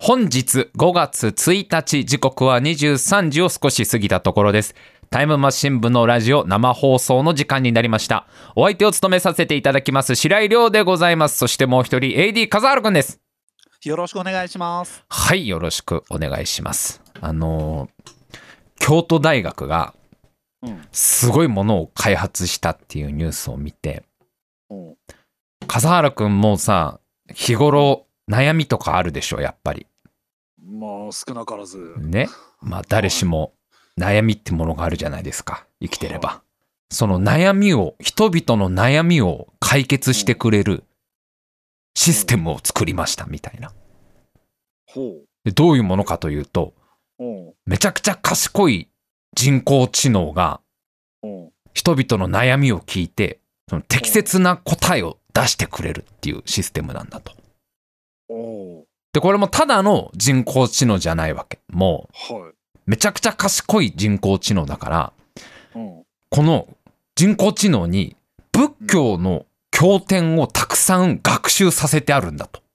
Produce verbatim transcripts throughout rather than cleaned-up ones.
本日ごがつついたち、時刻はにじゅうさんじを少し過ぎたところです。タイムマシン部のラジオ生放送の時間になりました。お相手を務めさせていただきます白井亮でございます。そしてもう一人 エーディー 風原くんです。 よろしくお願いします。 はい、よろしくお願いします。あの京都大学がすごいものを開発したっていうニュースを見て、うん、風原くんもさ、日頃悩みとかあるでしょ、やっぱり。 まあ少なからずね。まあ誰しも悩みってものがあるじゃないですか、生きてれば。その悩みを、人々の悩みを解決してくれるシステムを作りましたみたいな。でどういうものかというと、めちゃくちゃ賢い人工知能が人々の悩みを聞いて、その適切な答えを出してくれるっていうシステムなんだと。でこれもただの人工知能じゃないわけ。もうめちゃくちゃ賢い人工知能だから、この人工知能に仏教の経典をたくさん学習させてあるんだと。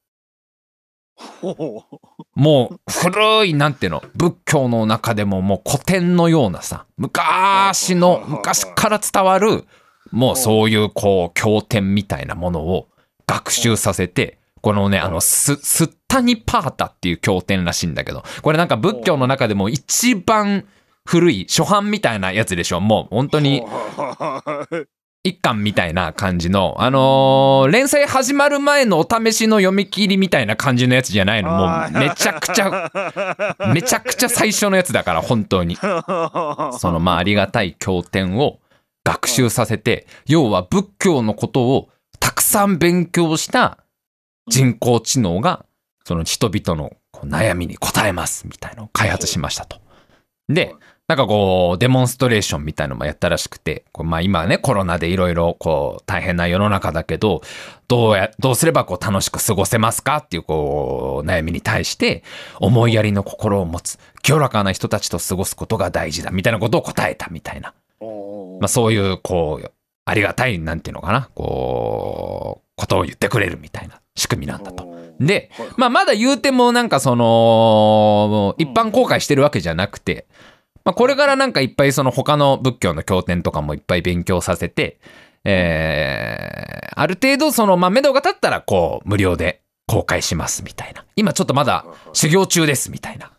もう古い、なんていうの、仏教の中でももう古典のようなさ、昔の昔から伝わるもうそういうこう経典みたいなものを学習させて、このね、あのススッタニパータっていう経典らしいんだけど、これなんか仏教の中でも一番古い初版みたいなやつでしょ。もう本当に一巻みたいな感じの、あのー、連載始まる前のお試しの読み切りみたいな感じのやつじゃないの。もうめちゃくちゃめちゃくちゃ最初のやつだから、本当にそのまあありがたい経典を学習させて、要は仏教のことをたくさん勉強した人工知能がその人々の悩みに答えますみたいなのを開発しましたと。でなんかこうデモンストレーションみたいなのもやったらしくて、こうまあ今ねコロナでいろいろこう大変な世の中だけど、どうやどうすればこう楽しく過ごせますかっていうこう悩みに対して思いやりの心を持つ清らかな人たちと過ごすことが大事だみたいなことを答えたみたいな、まあそういうこうありがたい、なんていうのかな、こうことを言ってくれるみたいな仕組みなんだと。で、まあまだ言うてもなんかその一般公開してるわけじゃなくて、まあ、これからなんかいっぱいその他の仏教の経典とかもいっぱい勉強させて、えー、ある程度そのまあ目処が立ったらこう無料で公開しますみたいな、今ちょっとまだ修行中ですみたいな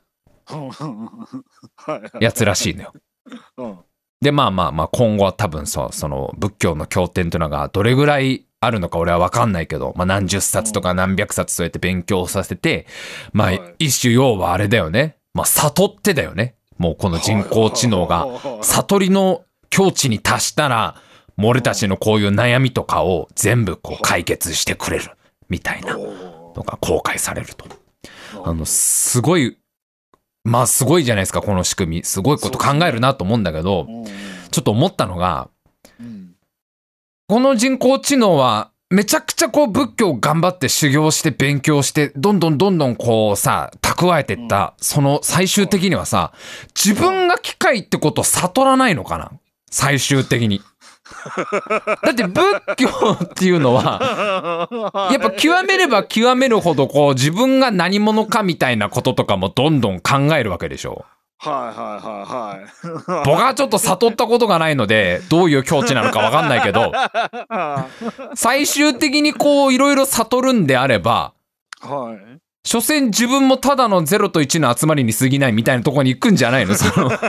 やつらしいのよ。でまあまあまあ今後は多分そう、その仏教の経典というのがどれぐらいあるのか俺は分かんないけど、まあ何十冊とか何百冊そうやって勉強させて、まあ一種要はあれだよね、まあ悟ってだよね。もうこの人工知能が悟りの境地に達したら、もう俺たちのこういう悩みとかを全部こう解決してくれるみたいなのが公開されると。あのすごい、まあすごいじゃないですかこの仕組み。すごいこと考えるなと思うんだけど、ちょっと思ったのが、この人工知能はめちゃくちゃこう仏教を頑張って修行して勉強してどんどんどんどんこうさ蓄えてった、その最終的にはさ、自分が機械ってことを悟らないのかな、最終的に。だって仏教っていうのはやっぱ極めれば極めるほどこう自分が何者かみたいなこととかもどんどん考えるわけでしょ。 はいはいはいはい。 僕はちょっと悟ったことがないのでどういう境地なのか分かんないけど、最終的にこういろいろ悟るんであれば、はい、所詮自分もただのゼロといちの集まりに過ぎないみたいなところに行くんじゃないの、その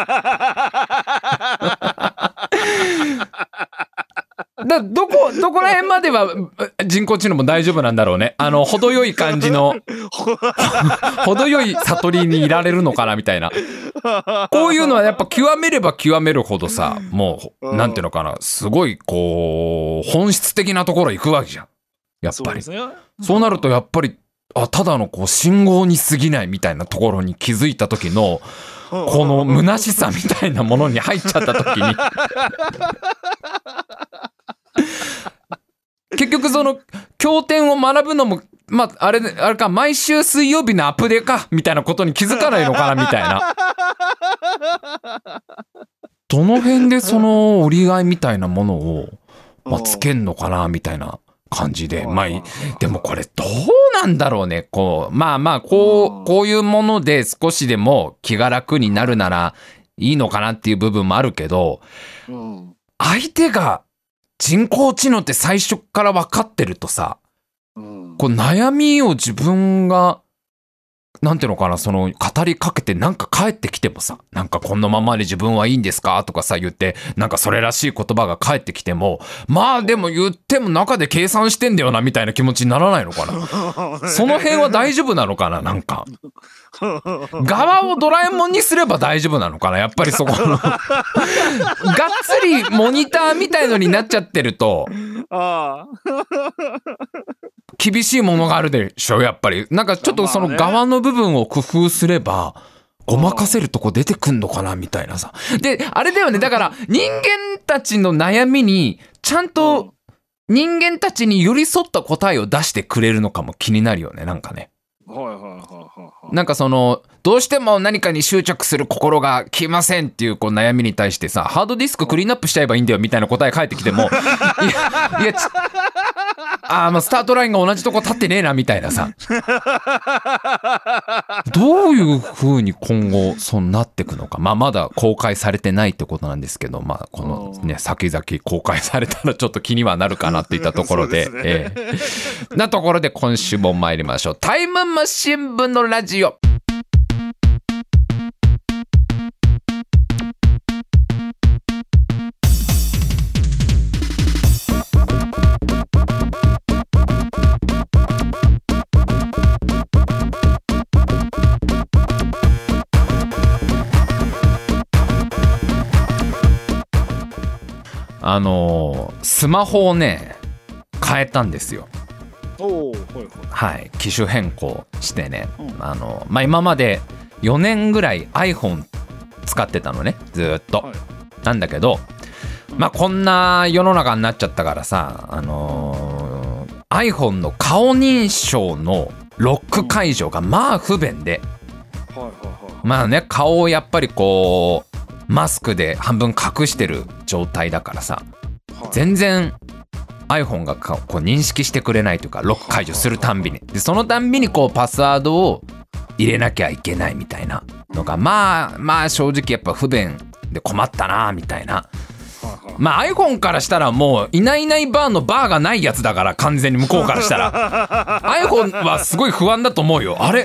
だどこどこら辺までは人工知能も大丈夫なんだろうね。あの程よい感じの程よい悟りにいられるのかなみたいな。こういうのはやっぱ極めれば極めるほどさ、もうなんていうのかな、すごいこう本質的なところ行くわけじゃん、やっぱり。 そうですね。そうなるとやっぱりあただのこう信号に過ぎないみたいなところに気づいた時のこの虚しさみたいなものに入っちゃった時に結局その経典を学ぶのもまああれあれか、毎週水曜日のアップデーかみたいなことに気づかないのかなみたいな。どの辺でその折り合いみたいなものを、まあ、つけんのかなみたいな感じで、まあでもこれどうなんだろうね。こう、まあまあ、こう、こういうもので少しでも気が楽になるならいいのかなっていう部分もあるけど、 うん、 相手が人工知能って最初から分かってるとさ、 うん、 こう悩みを自分が、なんていうのかな、その語りかけてなんか返ってきてもさ、なんかこのままで自分はいいんですかとかさ言って、なんかそれらしい言葉が返ってきても、まあでも言っても中で計算してんだよなみたいな気持ちにならないのかな。その辺は大丈夫なのかな。なんか側をドラえもんにすれば大丈夫なのかな。やっぱりそこのがっつりモニターみたいのになっちゃってるとあ厳しいものがあるでしょ。やっぱりなんかちょっとその側の部分を工夫すればごまかせるとこ出てくんのかなみたいなさ。であれだよね、だから人間たちの悩みにちゃんと人間たちに寄り添った答えを出してくれるのかも気になるよね。なんかね、 はいはいはいはい。 なんかそのどうしても何かに執着する心が来ませんっていうこう悩みに対してさ、ハードディスククリーンアップしちゃえばいいんだよみたいな答え返ってきてもいやいやあーまあスタートラインが同じとこ立ってねえなみたいなさどういう風に今後そうなってくのか、まあまだ公開されてないってことなんですけど、まあこのね先々公開されたらちょっと気にはなるかなっていったところでそうですね、 えー、なところで今週も参りましょう。タイムマシン部のラジオ。あのー、スマホをね変えたんですよ。 おー、はいはい。 はい、機種変更してね、 うん、 あのまあ今までよねんぐらい iPhone 使ってたのね、ずーっと、はい、なんだけど、まあこんな世の中になっちゃったからさ、あのー、iPhone の顔認証のロック解除がまあ不便で、 はいはいはい、 まあね顔をやっぱりこうマスクで半分隠してる状態だからさ、はい、全然 iPhone がこう認識してくれないというか、ロック解除するたんびにでそのたんびにこうパスワードを入れなきゃいけないみたいなのがまあまあ正直やっぱ不便で困ったなみたいな。まあ iPhone からしたらもういないいないバーのバーがないやつだから、完全に向こうからしたらiPhone はすごい不安だと思うよ。あれ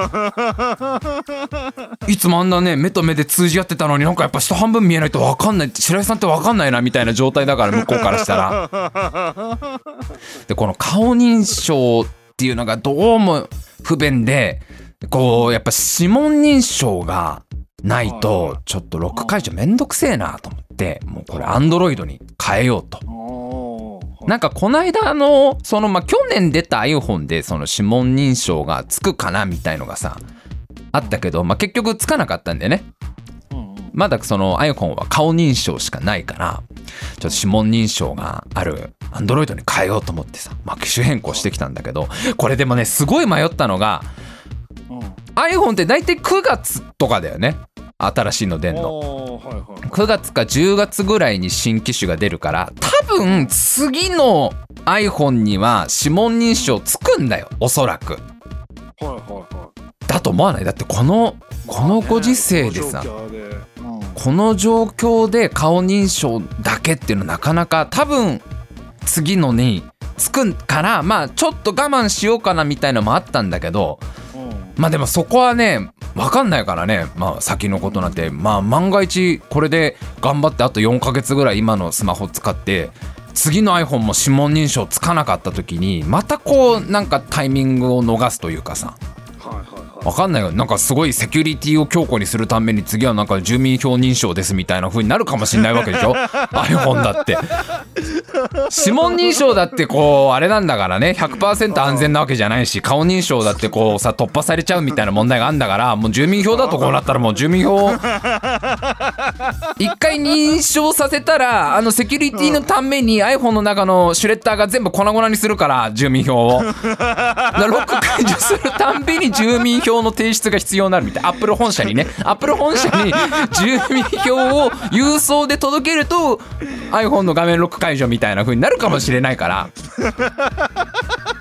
いつもあんなね目と目で通じ合ってたのになんかやっぱ下半分見えないと分かんない、白井さんって分かんないなみたいな状態だから向こうからしたらでこの顔認証っていうのがどうも不便で、こうやっぱ指紋認証がないとちょっとロック解除めんどくせえなと思って、もうこれアンドロイドに変えようと。なんかこの間のそのまあ去年出た iPhone でその指紋認証がつくかなみたいのがさあったけど、まあ結局つかなかったんだよね。まだその iPhone は顔認証しかないから、ちょっと指紋認証がある Android に変えようと思ってさ、まあ機種変更してきたんだけど、これでもねすごい迷ったのが、iPhone って大体くがつとかだよね、新しいの出んの。くがつかじゅうがつぐらいに新機種が出るから、多分次の iPhone には指紋認証つくんだよ、おそらく。だと思わない？だってこのこのご時世でさ、この状況で顔認証だけっていうのなかなか多分次のにつくから、まあちょっと我慢しようかなみたいなのもあったんだけど、まあでもそこはね分かんないからね、まあ先のことなんて、まあ万が一これで頑張ってあとよんかげつぐらい今のスマホ使って次の iPhone も指紋認証つかなかった時にまたこうなんかタイミングを逃すというかさ、分かんないよ、なんかすごいセキュリティを強固にするために次はなんか住民票認証ですみたいな風になるかもしれないわけでしょiPhone だって指紋認証だってこうあれなんだからね、 ひゃくパーセント 安全なわけじゃないし、顔認証だってこうさ突破されちゃうみたいな問題があるんだから、もう住民票だとこうなったらもう住民票を一回認証させたら、あのセキュリティのために iPhone の中のシュレッダーが全部粉々にするから、住民票をだからロック解除するたんびに住民票の提出が必要になるみたいな。アップル本社にね、アップル本社に住民票を郵送で届けると iPhone の画面ロック解除みたいな風になるかもしれないから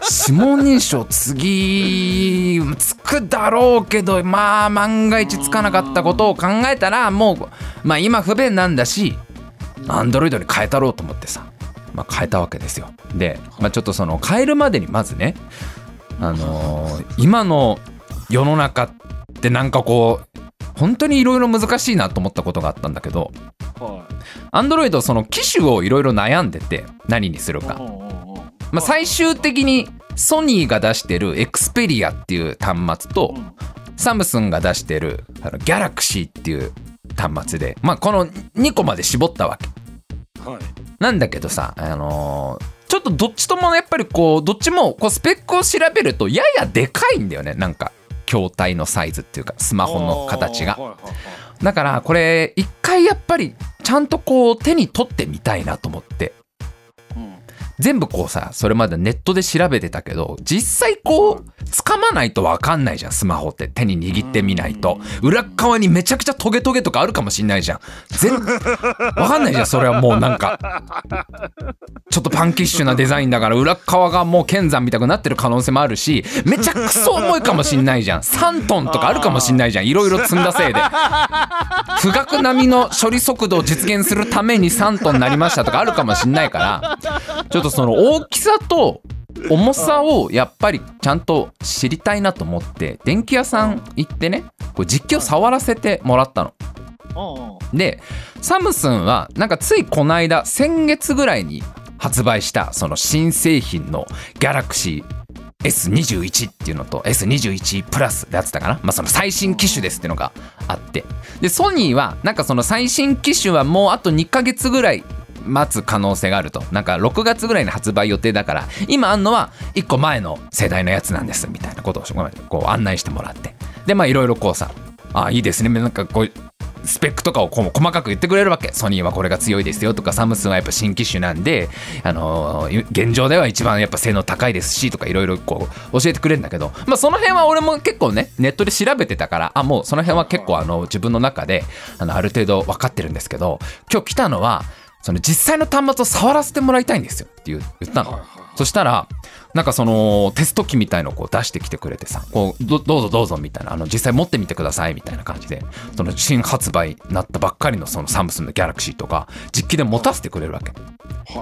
指紋認証次つくだろうけど、まあ万が一つかなかったことを考えたら、もうまあ今不便なんだしアンドロイドに変えたろうと思ってさ、まあ、変えたわけですよ。で、まあ、ちょっとその変えるまでにまずね、あのー、今の世の中ってなんかこう本当にいろいろ難しいなと思ったことがあったんだけど、アンドロイドその機種をいろいろ悩んでて何にするか、まあ、最終的にソニーが出してるエクスペリアっていう端末とサムスンが出してるあのギャラクシーっていう端末で、まあ、このにこまで絞ったわけ、はい、なんだけどさ、あのー、ちょっとどっちともやっぱりこうどっちもこうスペックを調べるとややでかいんだよね。なんか筐体のサイズっていうかスマホの形が。だからこれ一回やっぱりちゃんとこう手に取ってみたいなと思って、うん、全部こうさ、それまでネットで調べてたけど実際こう掴まないと分かんないじゃん。スマホって手に握ってみないと、裏側にめちゃくちゃトゲトゲとかあるかもしんないじゃん。全分かんないじゃん。それはもうなんかちょっとパンキッシュなデザインだから裏側がもう剣山みたくなってる可能性もあるし、めちゃくそ重いかもしんないじゃん。さんトンとかあるかもしんないじゃん。いろいろ積んだせいで富岳並みの処理速度を実現するためにさんトンになりましたとかあるかもしんないから、ちょっとその大きさと重さをやっぱりちゃんと知りたいなと思って電気屋さん行ってね、こう実機を触らせてもらったの。でサムスンはなんかついこの間先月ぐらいに発売したその新製品のギャラクシー エスにじゅういち っていうのと エスにじゅういち プラスでやってたかな、まあ、その最新機種ですっていうのがあって、でソニーはなんかその最新機種はもうあとにかげつぐらい待つ可能性があると、なんかろくがつぐらいに発売予定だから今あんのはいっこまえの世代のやつなんですみたいなことをこう案内してもらって、でまあいろいろこうさ、あいいですね、なんかこうスペックとかをこう細かく言ってくれるわけ。ソニーはこれが強いですよとか、サムスンはやっぱ新機種なんで、あのー、現状では一番やっぱ性能高いですしとかいろいろこう教えてくれるんだけど、まあその辺は俺も結構ねネットで調べてたから、あもうその辺は結構あの自分の中で あのある程度分かってるんですけど、今日来たのはその実際の端末を触らせてもらいたいんですよって言ったの。そしたらなんかそのテスト機みたいのをこう出してきてくれてさ、こう ど, どうぞどうぞみたいな、あの実際持ってみてくださいみたいな感じで、その新発売になったばっかりのそのサムスンのギャラクシーとか実機で持たせてくれるわけ、はい、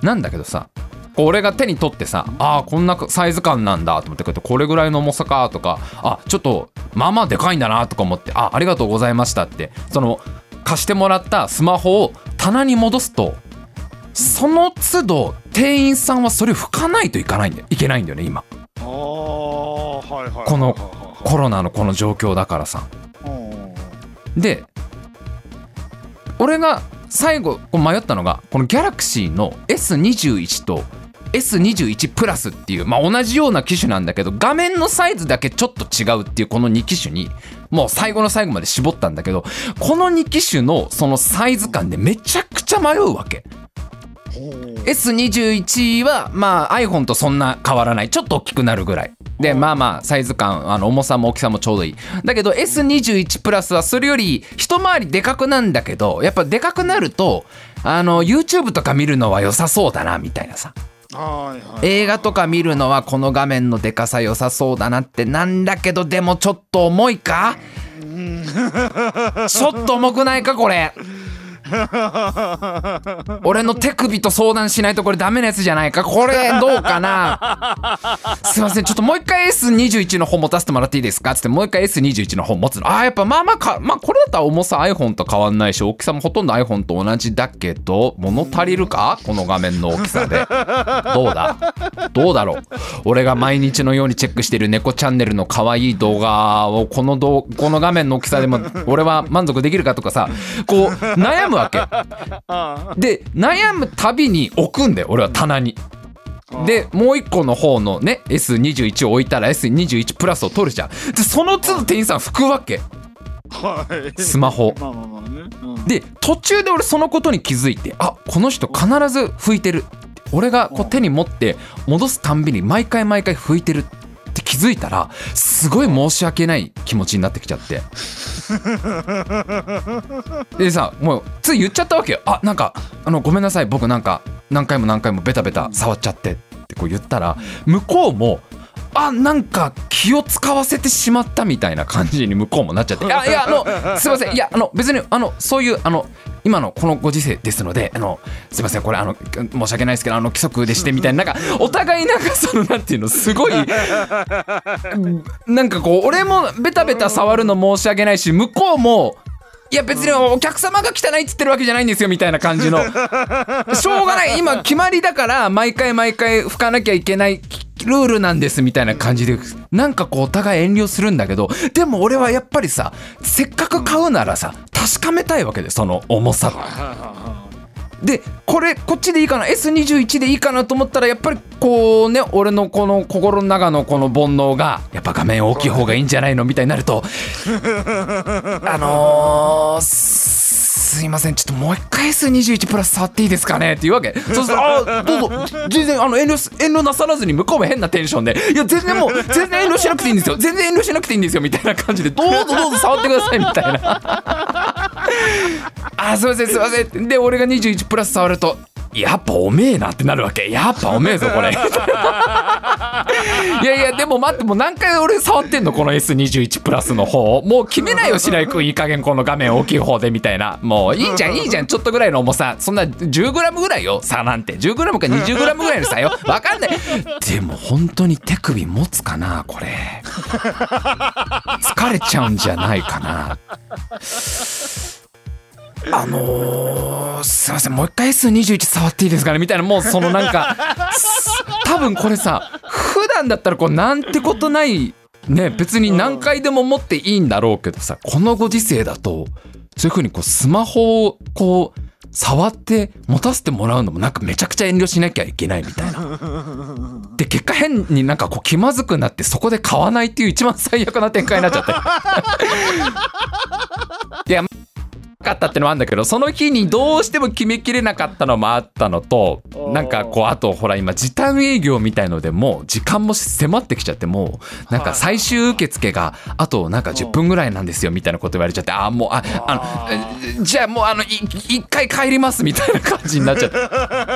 なんだけどさ、俺が手に取ってさ、あーこんなサイズ感なんだと思って、これぐらいの重さかとか、あちょっとまあまあでかいんだなとか思って、あありがとうございましたってその貸してもらったスマホを棚に戻すと、その都度店員さんはそれを拭かないといかないんだよいけないんだよね今。あ、はいはいはいはい、このコロナのこの状況だからさ。で俺が最後迷ったのがこのギャラクシーの エスにじゅういち と エスにじゅういち プラスっていう、まあ、同じような機種なんだけど画面のサイズだけちょっと違うっていうこのに機種にもう最後の最後まで絞ったんだけど、このに機種のそのサイズ感でめちゃくちゃ迷うわけ。エスにじゅういち はまあ iPhone とそんな変わらない、ちょっと大きくなるぐらいで、まあまあサイズ感、あの重さも大きさもちょうどいい。だけど エスにじゅういち プラスはそれより一回りでかくなんだけど、やっぱでかくなるとあの YouTube とか見るのは良さそうだなみたいなさ、映画とか見るのはこの画面のでかさ良さそうだなってなんだけど、でもちょっと重いかちょっと重くないかこれ俺の手首と相談しないとこれダメなやつじゃないか、これどうかなすいませんちょっともう一回 エスにじゅういち の方持たせてもらっていいですかつってもう一回 エスにじゅういち の方持つの。あーやっぱまあまあか、まあこれだったら重さ iPhone と変わんないし大きさもほとんど iPhone と同じだけど、物足りるかこの画面の大きさで。どうだどうだろう。俺が毎日のようにチェックしてる猫チャンネルの可愛い動画をこの動この画面の大きさでも俺は満足できるかとかさ、こう悩むわけで、悩むたびに置くんだよ俺は棚に。でもう一個の方のね エスにじゅういち を置いたら エスにじゅういち プラスを取るじゃん。でその都度店員さん拭くわけ、スマホで。途中で俺そのことに気づいて、あこの人必ず拭いてる、俺がこう手に持って戻すたんびに毎回毎回拭いてるって気づいたら、すごい申し訳ない気持ちになってきちゃってでさ、もうつい言っちゃったわけよ。あなんかあのごめんなさい僕なんか何回も何回もベタベタ触っちゃってってこう言ったら向こうもあなんか気を使わせてしまったみたいな感じに向こうもなっちゃって、いやいやあのすいません、いやあの別にあのそういうあの今のこのご時世ですので、あのすいませんこれあの申し訳ないですけどあの規則でしてみたいな、なんかお互いなんかそのなんていうのすごいなんかこう俺もベタベタ触るの申し訳ないし、向こうもいや別にお客様が汚いっつってるわけじゃないんですよみたいな感じのしょうがない今決まりだから毎回毎回拭かなきゃいけないルールなんですみたいな感じでなんかこうお互い遠慮するんだけど、でも俺はやっぱりさせっかく買うならさ確かめたいわけで、その重さでこれこっちでいいかな エスにじゅういち でいいかなと思ったらやっぱりこうね俺のこの心の中のこの煩悩がやっぱ画面大きい方がいいんじゃないのみたいになるとあのー、すいませんちょっともう一回 エスにじゅういち プラス触っていいですかねっていうわけ。そうするとあどうぞ全然あの遠慮遠慮なさらずに向こうも変なテンションでいや全然もう全然遠慮しなくていいんですよ全然遠慮しなくていいんですよみたいな感じでどうぞどうぞ触ってくださいみたいなあすいませんすいませんで俺がにじゅういちプラス触るとやっぱおめえなってなるわけ。やっぱおめえぞこれいやいやでも待ってもう何回俺触ってんのこの エスにじゅういち プラスの方もう決めないよ白井君いい加減この画面大きい方でみたいな、もういいじゃんいいじゃんちょっとぐらいの重さそんな じゅうグラム ぐらいよ差なんて じゅうグラム か にじゅうグラム ぐらいの差よわかんないでも本当に手首持つかなこれ疲れちゃうんじゃないかなあのー、すいませんもう一回 エスにじゅういち 触っていいですかねみたいな、もうそのなんか多分これさ普段だったらこうなんてことないね別に何回でも持っていいんだろうけどさ、このご時世だとそういう風にこうスマホをこう触って持たせてもらうのもなんかめちゃくちゃ遠慮しなきゃいけないみたいなで結果変になんかこう気まずくなってそこで買わないっていう一番最悪な展開になっちゃっていやかったってのもあるんだけどその日にどうしても決めきれなかったのもあったのと、なんかこうあとほら今時短営業みたいのでもう時間も迫ってきちゃってもうなんか最終受付があとなんかじゅっぷんぐらいなんですよみたいなこと言われちゃって、ああもうああのじゃあもうあのい一回帰りますみたいな感じになっちゃって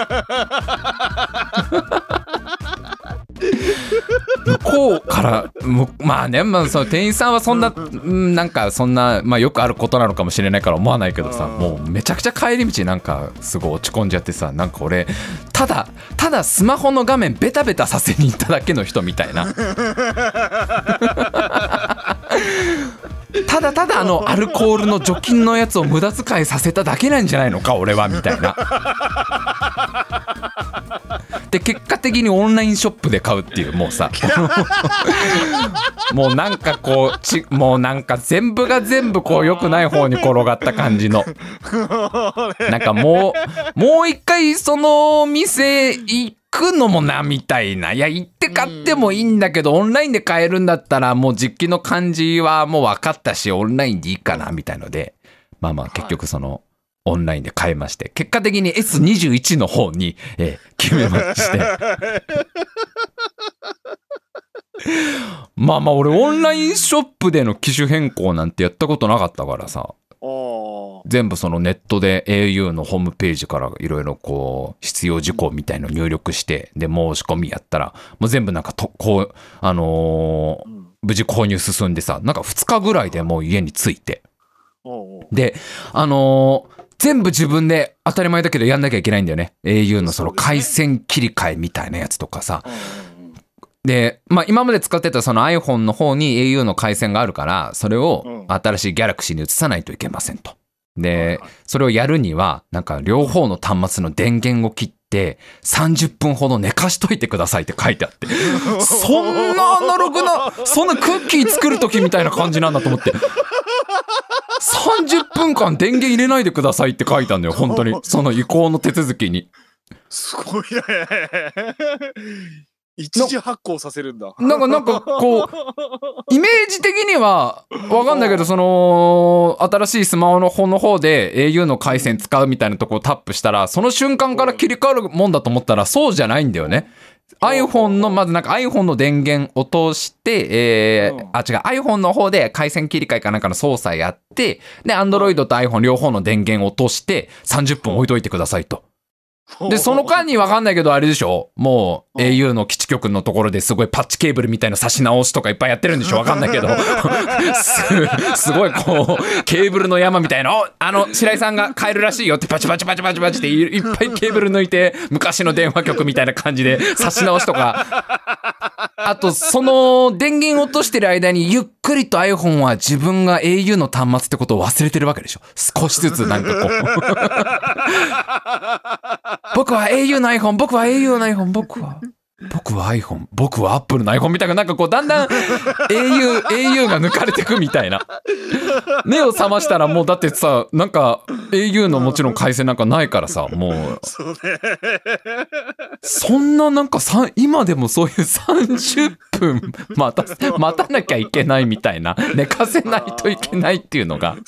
向こうからまあね、まあ、その店員さんはそんななんかそんな、まあ、よくあることなのかもしれないから思わないけどさ、もうめちゃくちゃ帰り道なんかすごい落ち込んじゃってさ、なんか俺ただただスマホの画面ベタベタさせに行っただけの人みたいなただただあのアルコールの除菌のやつを無駄遣いさせただけなんじゃないのか俺はみたいなで結果的にオンラインショップで買うっていうもうさもうなんかこうちもうなんか全部が全部こう良くない方に転がった感じのなんかもうもう一回その店行くのもなみたいな、いや行って買ってもいいんだけどオンラインで買えるんだったらもう実機の感じはもう分かったしオンラインでいいかなみたいので、まあまあ結局そのオンラインで買いまして、結果的に エスにじゅういち の方に、えー、決めましてまあまあ俺オンラインショップでの機種変更なんてやったことなかったからさ、全部そのネットで エーユー のホームページからいろいろこう必要事項みたいの入力してで申し込みやったらもう全部なんかとこうあのー、無事購入進んでさ、なんかふつかぐらいでもう家に着いて、であのー全部自分で当たり前だけどやんなきゃいけないんだよね。 エーユー のその回線切り替えみたいなやつとかさ。で、まあ今まで使ってたその iPhone の方に エーユー の回線があるからそれを新しい Galaxy に移さないといけませんと。で、それをやるにはなんか両方の端末の電源を切ってさんじゅっぷんほど寝かしといてくださいって書いてあってそんなアナログなそんなクッキー作る時みたいな感じなんだと思ってさんじゅっぷんかん電源入れないでくださいって書いたんだよ本当にその移行の手続きに。 すごいね一時発行させるんだ。 なんかなんかこうイメージ的にはわかんないけどその新しいスマホの方の方で エーユー の回線使うみたいなとこをタップしたらその瞬間から切り替わるもんだと思ったらそうじゃないんだよね。iPhone のまずなんか iPhone の電源を通して、えー、あ違う iPhone の方で回線切り替えかなんかの操作やってで Android と iPhone 両方の電源を落としてさんじゅっぷん置いといてくださいと。 で、その間にわかんないけど、あれでしょもう エーユー の基地局のところですごいパッチケーブルみたいな差し直しとかいっぱいやってるんでしょわかんないけど。す、すごいこう、ケーブルの山みたいな、おあの、白井さんが帰るらしいよってパチパチパチパチパチっていっぱいケーブル抜いて、昔の電話局みたいな感じで差し直しとか。あと、その電源落としてる間にゆっくりと iPhone は自分が エーユー の端末ってことを忘れてるわけでしょ少しずつなんかこう。僕は エーユー の iPhone、僕は エーユー の iPhone、僕は、僕は iPhone、僕は Apple の iPhone みたいな、なんかこう、だんだん エーユー、エーユー が抜かれてくみたいな。目を覚ましたらもうだってさ、なんか エーユー のもちろん回線なんかないからさ、もう。 そうね。 そんななんかさ、今でもそういうさんじゅっぷん待た、待たなきゃいけないみたいな、寝かせないといけないっていうのが、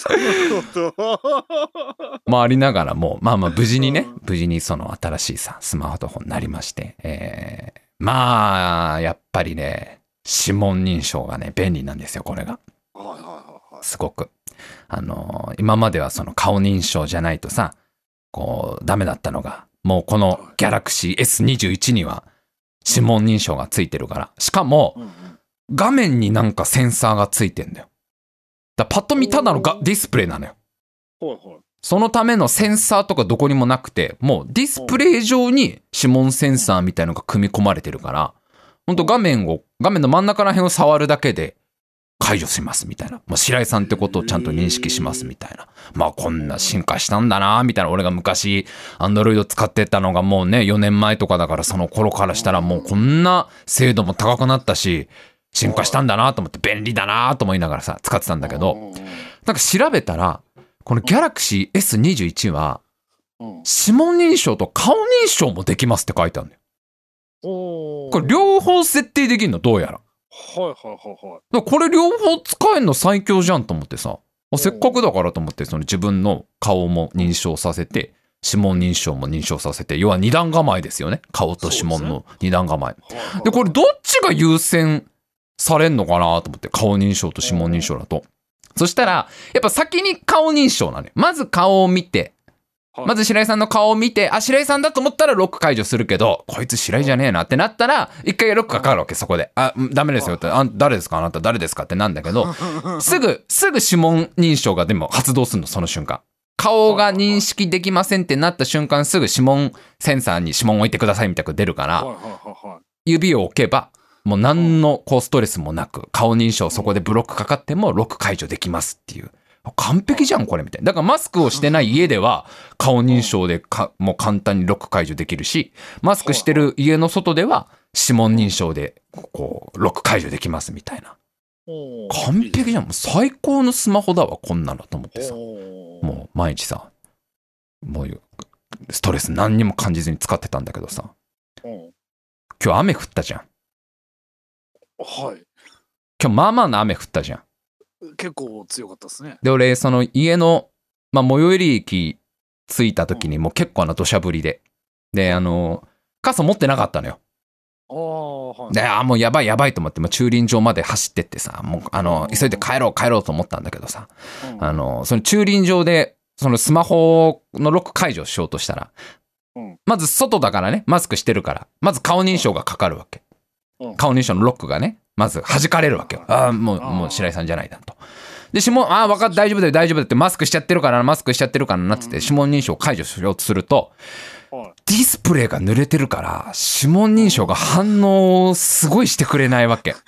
まあありながらも、まあまあ無事にね、無事にその新しいさ、スマートフォンになりまして、えー、まあ、やっぱりね、指紋認証がね、便利なんですよ、これが。すごく。あのー、今まではその顔認証じゃないとさ、こう、ダメだったのが、もうこの Galaxy エスにじゅういち には指紋認証がついてるから。しかも、画面になんかセンサーがついてんだよ。だからパッと見ただのがディスプレイなのよ。そのためのセンサーとかどこにもなくて、もうディスプレイ上に指紋センサーみたいのが組み込まれてるから、ほんと画面を、画面の真ん中ら辺を触るだけで解除しますみたいな。もう白井さんってことをちゃんと認識しますみたいな。まあこんな進化したんだなみたいな。俺が昔アンドロイド使ってたのがもうねよねんまえとかだから、その頃からしたらもうこんな精度も高くなったし、進化したんだなと思って便利だなと思いながらさ使ってたんだけど、なんか調べたらこの Galaxy エスにじゅういち は指紋認証と顔認証もできますって書いてあるんだよ。これ両方設定できるのどうやら。 はいはいはいはい。 だからこれ両方使えるの最強じゃんと思ってさ、せっかくだからと思ってその自分の顔も認証させて指紋認証も認証させて、要は二段構えですよね。顔と指紋の二段構え。でこれどっちが優先されんのかなと思って、顔認証と指紋認証だと。そしたらやっぱ先に顔認証なのよ。まず顔を見て、まず白井さんの顔を見て、あ、白井さんだと思ったらロック解除するけど、こいつ白井じゃねえなってなったら、一回ロックかかるわけ、そこで。あ、ダメですよって、あ、誰ですかあなた誰ですかってなんだけど、すぐ、すぐ指紋認証がでも発動するの、その瞬間。顔が認識できませんってなった瞬間、すぐ指紋センサーに指紋置いてくださいみたいな出るから、指を置けば、もう何のこうストレスもなく、顔認証そこでブロックかかってもロック解除できますっていう。完璧じゃんこれみたいな。だからマスクをしてない家では顔認証でかもう簡単にロック解除できるし、マスクしてる家の外では指紋認証でこうロック解除できますみたいな。完璧じゃん。もう最高のスマホだわこんなのと思ってさ、もう毎日さ、もうストレス何にも感じずに使ってたんだけどさ、今日雨降ったじゃん。 はい。 今日まあまあの雨降ったじゃん。 結構強かったですね。 で俺その家の、まあ、最寄り駅着いた時にもう結構な土砂降りで、であの傘持ってなかったのよ。 ああ、はい。 であもうやばいやばいと思ってもう駐輪場まで走ってってさ、もうあの急いで帰ろう帰ろうと思ったんだけどさ、うん、あのその駐輪場でそのスマホのロック解除しようとしたら、うん、まず外だからね、マスクしてるからまず顔認証がかかるわけ、うん、顔認証のロックがねまず弾かれるわけよ。ああもうもう白井さんじゃないなと。で指紋、ああ分かった大丈夫だよ大丈夫だってマスクしちゃってるからマスクしちゃってるからなっつって指紋認証を解除しようとすると、ディスプレイが濡れてるから指紋認証が反応をすごいしてくれないわけ。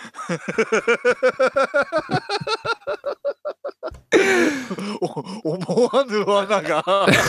お思わぬ罠が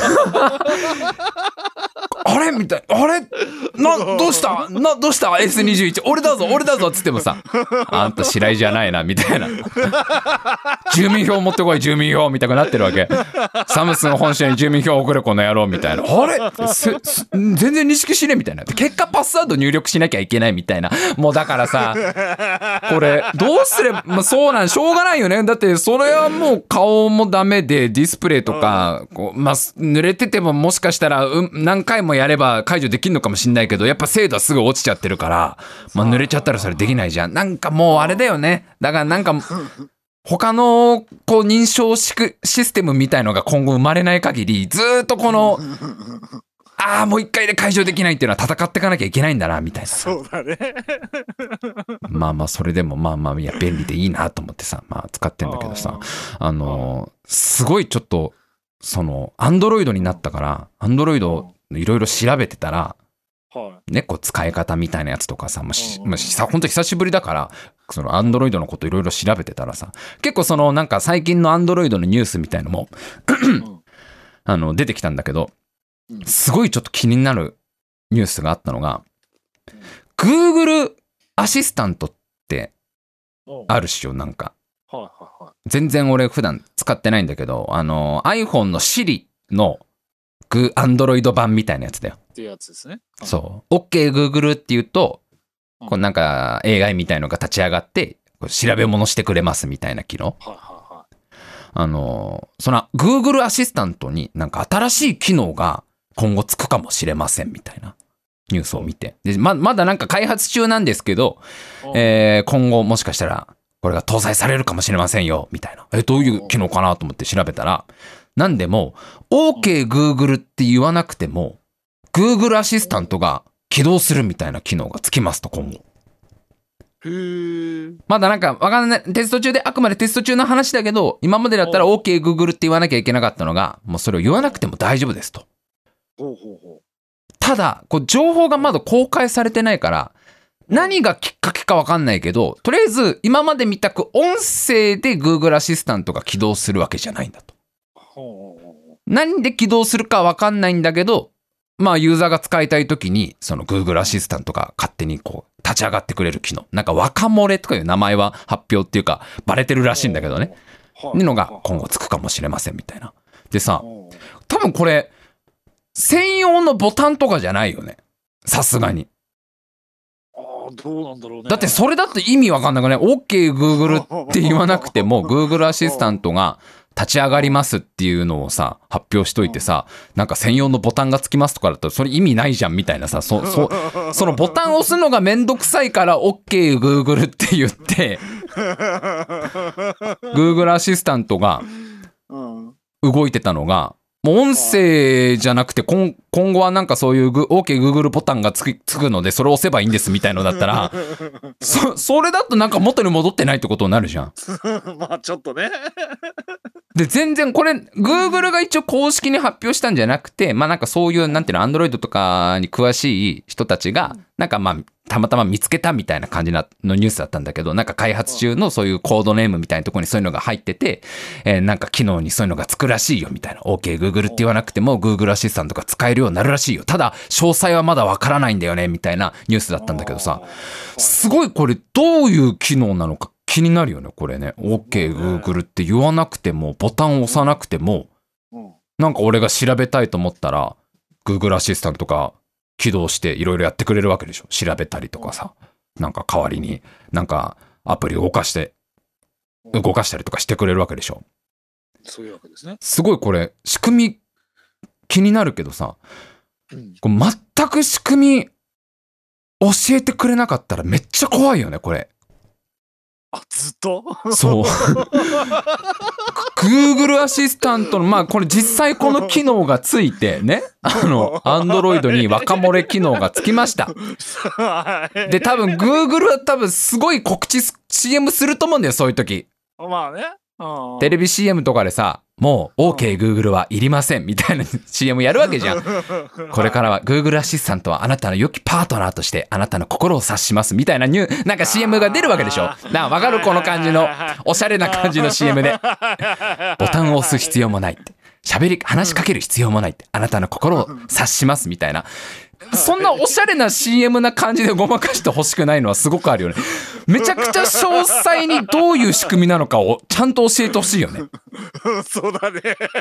あれみたいな、あれな、どうしたな、どうした エスにじゅういち 俺だぞ俺だぞっつってもさ、あんた白井じゃないなみたいな、住民票持ってこい住民票みたいになってるわけ。サムスン本社に住民票送れこの野郎みたいな、あれ全然認識しねえみたいな、結果パスワード入力しなきゃいけないみたいな。もうだからさこれどうすれば、まあ、そうなんしょうがないよね。だってそれはもう顔もダメでディスプレイとかこう、まあ、濡れててももしかしたら、うん、何回もやれば解除できるのかもしんないけど、やっぱ精度はすぐ落ちちゃってるから、まあ、濡れちゃったらそれできないじゃん。なんかもうあれだよね。だからなんか他のこう認証システムみたいのが今後生まれない限り、ずっとこのああもう一回で解除できないっていうのは戦っていかなきゃいけないんだなみたいな。 そうだね。 まあまあそれでもまあまあいや便利でいいなと思ってさ、まあ使ってんだけどさ、あのー、すごいちょっとそのアンドロイドになったからアンドロイドいろいろ調べてたら、ね、こう使い方みたいなやつとかさ、もうし、まあ、さ本当久しぶりだからそのアンドロイドのこといろいろ調べてたらさ、結構そのなんか最近のアンドロイドのニュースみたいのもあの出てきたんだけど、すごいちょっと気になるニュースがあったのが、Google アシスタントってあるっしょ。なんか全然俺普段使ってないんだけど、あの iPhone の Siri のグアンドロイド版みたいなやつだよ。 っていうやつですね。 そう。OK Google って言うと、こうなんか エーアイ みたいのが立ち上がって調べ物してくれますみたいな機能。あのその Google アシスタントになんか新しい機能が今後つくかもしれませんみたいなニュースを見て、で ま, まだなんか開発中なんですけど、えー、今後もしかしたらこれが搭載されるかもしれませんよみたいな。えどういう機能かなと思って調べたら、なんでも OK Google って言わなくても Google アシスタントが起動するみたいな機能がつきますと今後。 へー。 まだなんかわかんない、テスト中で、あくまでテスト中の話だけど、今までだったら OK Google って言わなきゃいけなかったのが、もうそれを言わなくても大丈夫ですと。 ほうほうほう。 ただこう情報がまだ公開されてないから何がきっかけかわかんないけど、とりあえず今までみたく音声で Google アシスタントが起動するわけじゃないんだと。何で起動するかわかんないんだけど、まあユーザーが使いたいときにその Google アシスタントが勝手にこう立ち上がってくれる機能、なんか若漏れとかいう名前は発表っていうかバレてるらしいんだけどね、いうのが今後つくかもしれませんみたいな。でさ、多分これ専用のボタンとかじゃないよね、さすがに。 ああどうなんだろうね。 だってそれだって意味わかんなくない？ OK Google って言わなくても Google アシスタントが立ち上がりますっていうのをさ発表しといてさ、なんか専用のボタンがつきますとかだったらそれ意味ないじゃんみたいなさ、そ, そ, そのボタンを押すのがめんどくさいから OK Google って言ってGoogle アシスタントが動いてたのが、もう音声じゃなくて 今, 今後はなんかそういう OK Google ボタンがつ く, つくのでそれを押せばいいんですみたいのだったらそ, それだとなんか元に戻ってないってことになるじゃん。 まあちょっとね。 で全然これ Google が一応公式に発表したんじゃなくて、まあなんかそういうなんていうの Android とかに詳しい人たちがなんかまあたまたま見つけたみたいな感じのニュースだったんだけど、なんか開発中のそういうコードネームみたいなところにそういうのが入ってて、えー、なんか機能にそういうのがつくらしいよみたいな。 OK Google って言わなくても Google アシスタントが使えるようになるらしいよ、ただ詳細はまだわからないんだよねみたいなニュースだったんだけどさ、すごいこれどういう機能なのか気になるよねこれね。 OK Google って言わなくてもボタンを押さなくても、なんか俺が調べたいと思ったら Google アシスタントが起動していろいろやってくれるわけでしょ。調べたりとかさ、なんか代わりになんかアプリ動かして動かしたりとかしてくれるわけでしょ。 そういうわけですね。 すごいこれ仕組み気になるけどさ、うん、これ全く仕組み教えてくれなかったらめっちゃ怖いよねこれ。 あずっとそう Google アシスタントのまあこれ実際この機能がついてね、あの Android に若漏れ機能がつきました。で多分 Google は多分すごい告知 シーエム すると思うんだよそういう時。 まあね、 テレビ シーエム とかでさ、もう OK Google はいりませんみたいな シーエム やるわけじゃん。これからは Google アシスタントはあなたの良きパートナーとしてあなたの心を察しますみたいなニューなんか シーエム が出るわけでしょ。な分かるこの感じのおしゃれな感じの シーエム でボタンを押す必要もないって、喋り話しかける必要もないって、あなたの心を察しますみたいな、そんなおしゃれな シーエム な感じでごまかしてほしくないのはすごくあるよね。めちゃくちゃ詳細にどういう仕組みなのかをちゃんと教えてほしいよね。 そうだね。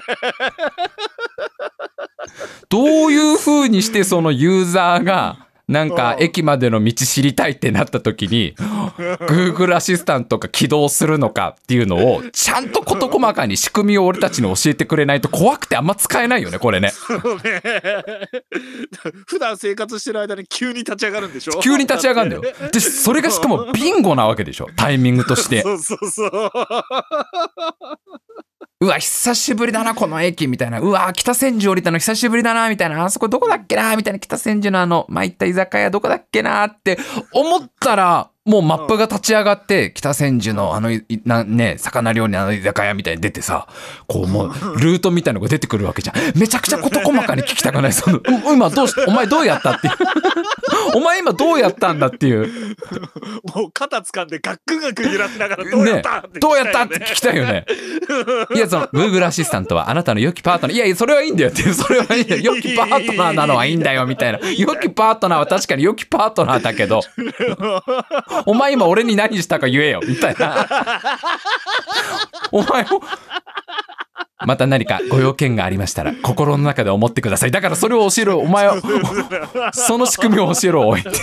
どういう風にしてそのユーザーがなんか駅までの道知りたいってなった時に Google アシスタントが起動するのかっていうのをちゃんと事細かに仕組みを俺たちに教えてくれないと怖くてあんま使えないよねこれね。 そうね。普段生活してる間に急に立ち上がるんでしょ。 急に立ち上がるんだよ。でそれがしかもビンゴなわけでしょタイミングとして。 そうそうそう。 うわ久しぶりだなこの駅みたいな、うわ北千住降りたの久しぶりだなみたいな、あそこどこだっけなみたいな、北千住のあの前行った居酒屋どこだっけなって思ったら、もうマップが立ち上がって北千住のあのなね魚料理のあの居酒屋みたいに出てさ、こうもうルートみたいなのが出てくるわけじゃん。めちゃくちゃ事細かに聞きたくない、その今どうしてお前どうやったっていうお前今どうやったんだっていう、 もう肩掴んでガックガック揺らしながらどうやったって、 ね、どうやったって聞きたいよねいやその Google アシスタントはあなたの良きパートナー、いやいやそれはいいんだよっていう、それはいいんだよ、良きパートナーなのはいいんだよみたいな、良きパートナーは確かに良きパートナーだけどお前今俺に何したか言えよみたいなお前もまた何かご用件がありましたら心の中で思ってください。だからそれを教えろ、お前をその仕組みを教えろおいって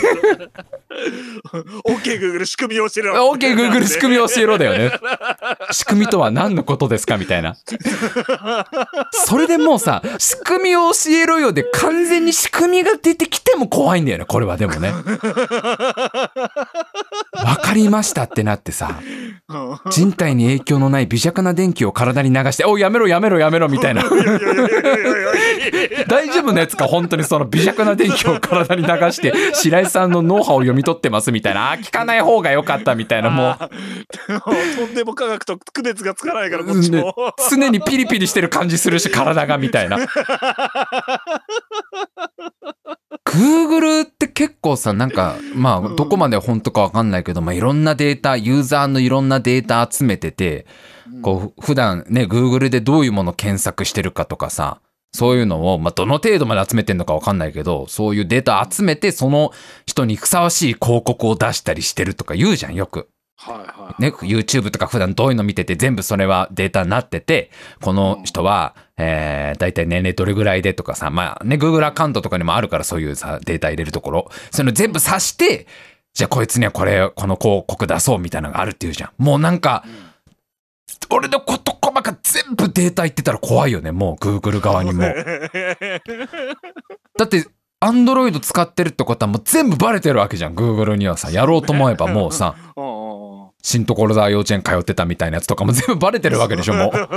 OK Google 仕組みを教えろ OK Google 仕組みを教えろだよね。仕組みとは何のことですかみたいな。それでもうさ、仕組みを教えろよで完全に仕組みが出てきても怖いんだよねこれは。でもね分かりましたってなってさ、人体に影響のない微弱な電気を体に流して、おいやめろやめろやめろみたいな大丈夫なやつか本当にその微弱な電気を体に流して白井さんの脳波を読み取ってますみたいな、あ聞かない方が良かったみたいな、もうとんでも科学と区別がつかないからこっちも、ね、 常にピリピリしてる感じするし体がみたいなGoogle って結構さ、なんかまあどこまで本当か分かんないけど、まあ、いろんなデータ、ユーザーのいろんなデータ集めてて、こう普段ね Google でどういうもの検索してるかとかさ、そういうのを、まあ、どの程度まで集めてんのか分かんないけど、そういうデータ集めてその人にふさわしい広告を出したりしてるとか言うじゃんよく。はいはいね、YouTube とか普段どういうの見てて全部それはデータになってて、この人は、えー、だいたい年齢どれぐらいでとかさ、まあね Google アカウントとかにもあるから、そういうさデータ入れるところ、そういうの全部指して、じゃあこいつにはこれこの広告出そうみたいなのがあるっていうじゃん。もうなんか、うん、俺のこと細か全部データ言ってたら怖いよね、もう Google 側にもだってアンドロイド使ってるってことはもう全部バレてるわけじゃん Google にはさ。やろうと思えばもうさ新所沢幼稚園通ってたみたいなやつとかも全部バレてるわけでしょもうだ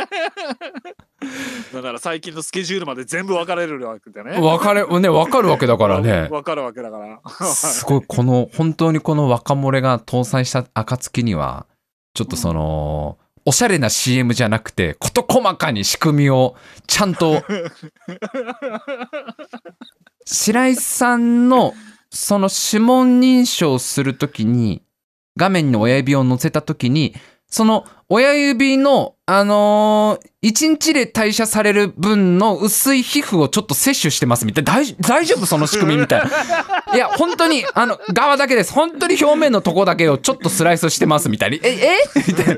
から最近のスケジュールまで全部分かれるわけだね。 分かれね分かるわけだからね。 分かるわけだからすごい、この本当にこの若漏れが搭載した暁にはちょっとその、うん、おしゃれな シーエム じゃなくて事細かに仕組みをちゃんと白井さんのその指紋認証するときに画面に親指を乗せたときに、その親指のあのー、いちにちで代謝される分の薄い皮膚をちょっと摂取してますみたいな、大, 大丈夫その仕組みみたいな。いや本当にあの側だけです、本当に表面のとこだけをちょっとスライスしてますみたいに、ええみたいな。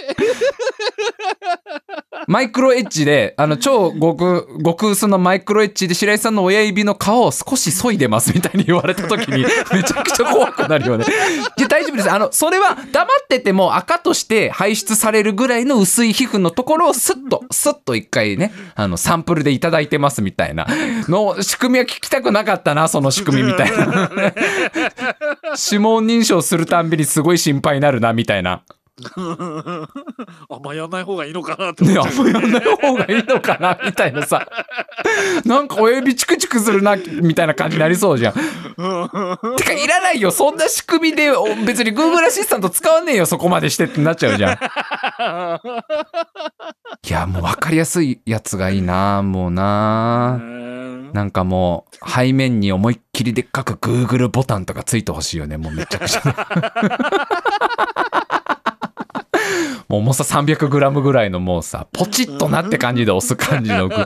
マイクロエッジであの超極極薄のマイクロエッジで白井さんの親指の皮を少し削いでますみたいに言われた時にめちゃくちゃ怖くなるよね。いや大丈夫です、あのそれは黙ってても赤として排出されるぐらいの薄い皮膚のところをスッとスッと一回ね、あのサンプルでいただいてますみたいなの仕組みは聞きたくなかったな、その仕組みみたいな。指紋認証するたんびにすごい心配になるなみたいな。 あんまやんない方がいいのかなって思っちゃう、 ね、あんまやんない方がいいのかなみたいなさ、なんか親指チクチクするなみたいな感じになりそうじゃん。てかいらないよそんな仕組みで、別に Google アシスタント使わねえよそこまでしてってなっちゃうじゃん。いやもう分かりやすいやつがいいな、もうな。なんかもう背面に思いっきりでっかく Google ボタンとかついてほしいよね、もうめちゃくちゃ。もう重さ さんびゃくグラム ぐらいのもうさポチッとなって感じで押す感じのグ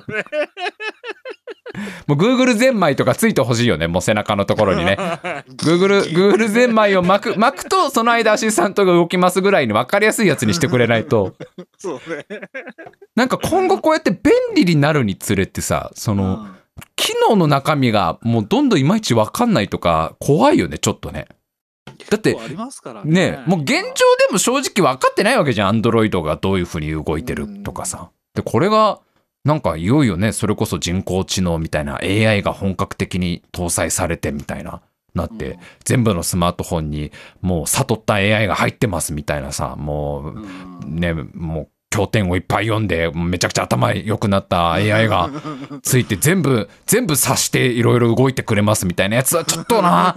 もう Google ゼンマイとかついてほしいよね、もう背中のところにね。Google, Google ゼンマイを巻く巻くとその間アシスタントが動きますぐらいに分かりやすいやつにしてくれないと。 そうね。 なんか今後こうやって便利になるにつれてさ、その、うん、機能の中身がもうどんどんいまいち分かんないとか怖いよねちょっとね。だってね、もう現状でも正直分かってないわけじゃん、アンドロイドがどういう風に動いてるとかさ。でこれがなんかいよいよね、それこそ人工知能みたいな エーアイ が本格的に搭載されてみたいななって、うん、全部のスマートフォンにもう悟った エーアイ が入ってますみたいなさ、もうね、もう経典をいっぱい読んでめちゃくちゃ頭良くなった エーアイ がついて全部全部指していろいろ動いてくれますみたいなやつはちょっとな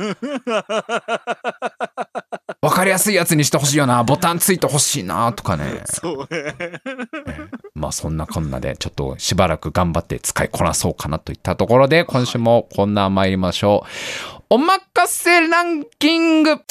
分かりやすいやつにしてほしいよな、ボタンついてほしいなとかね。 そうね。 まあそんなこんなでちょっとしばらく頑張って使いこなそうかなといったところで、今週もコーナー参りましょう。おまかせランキング。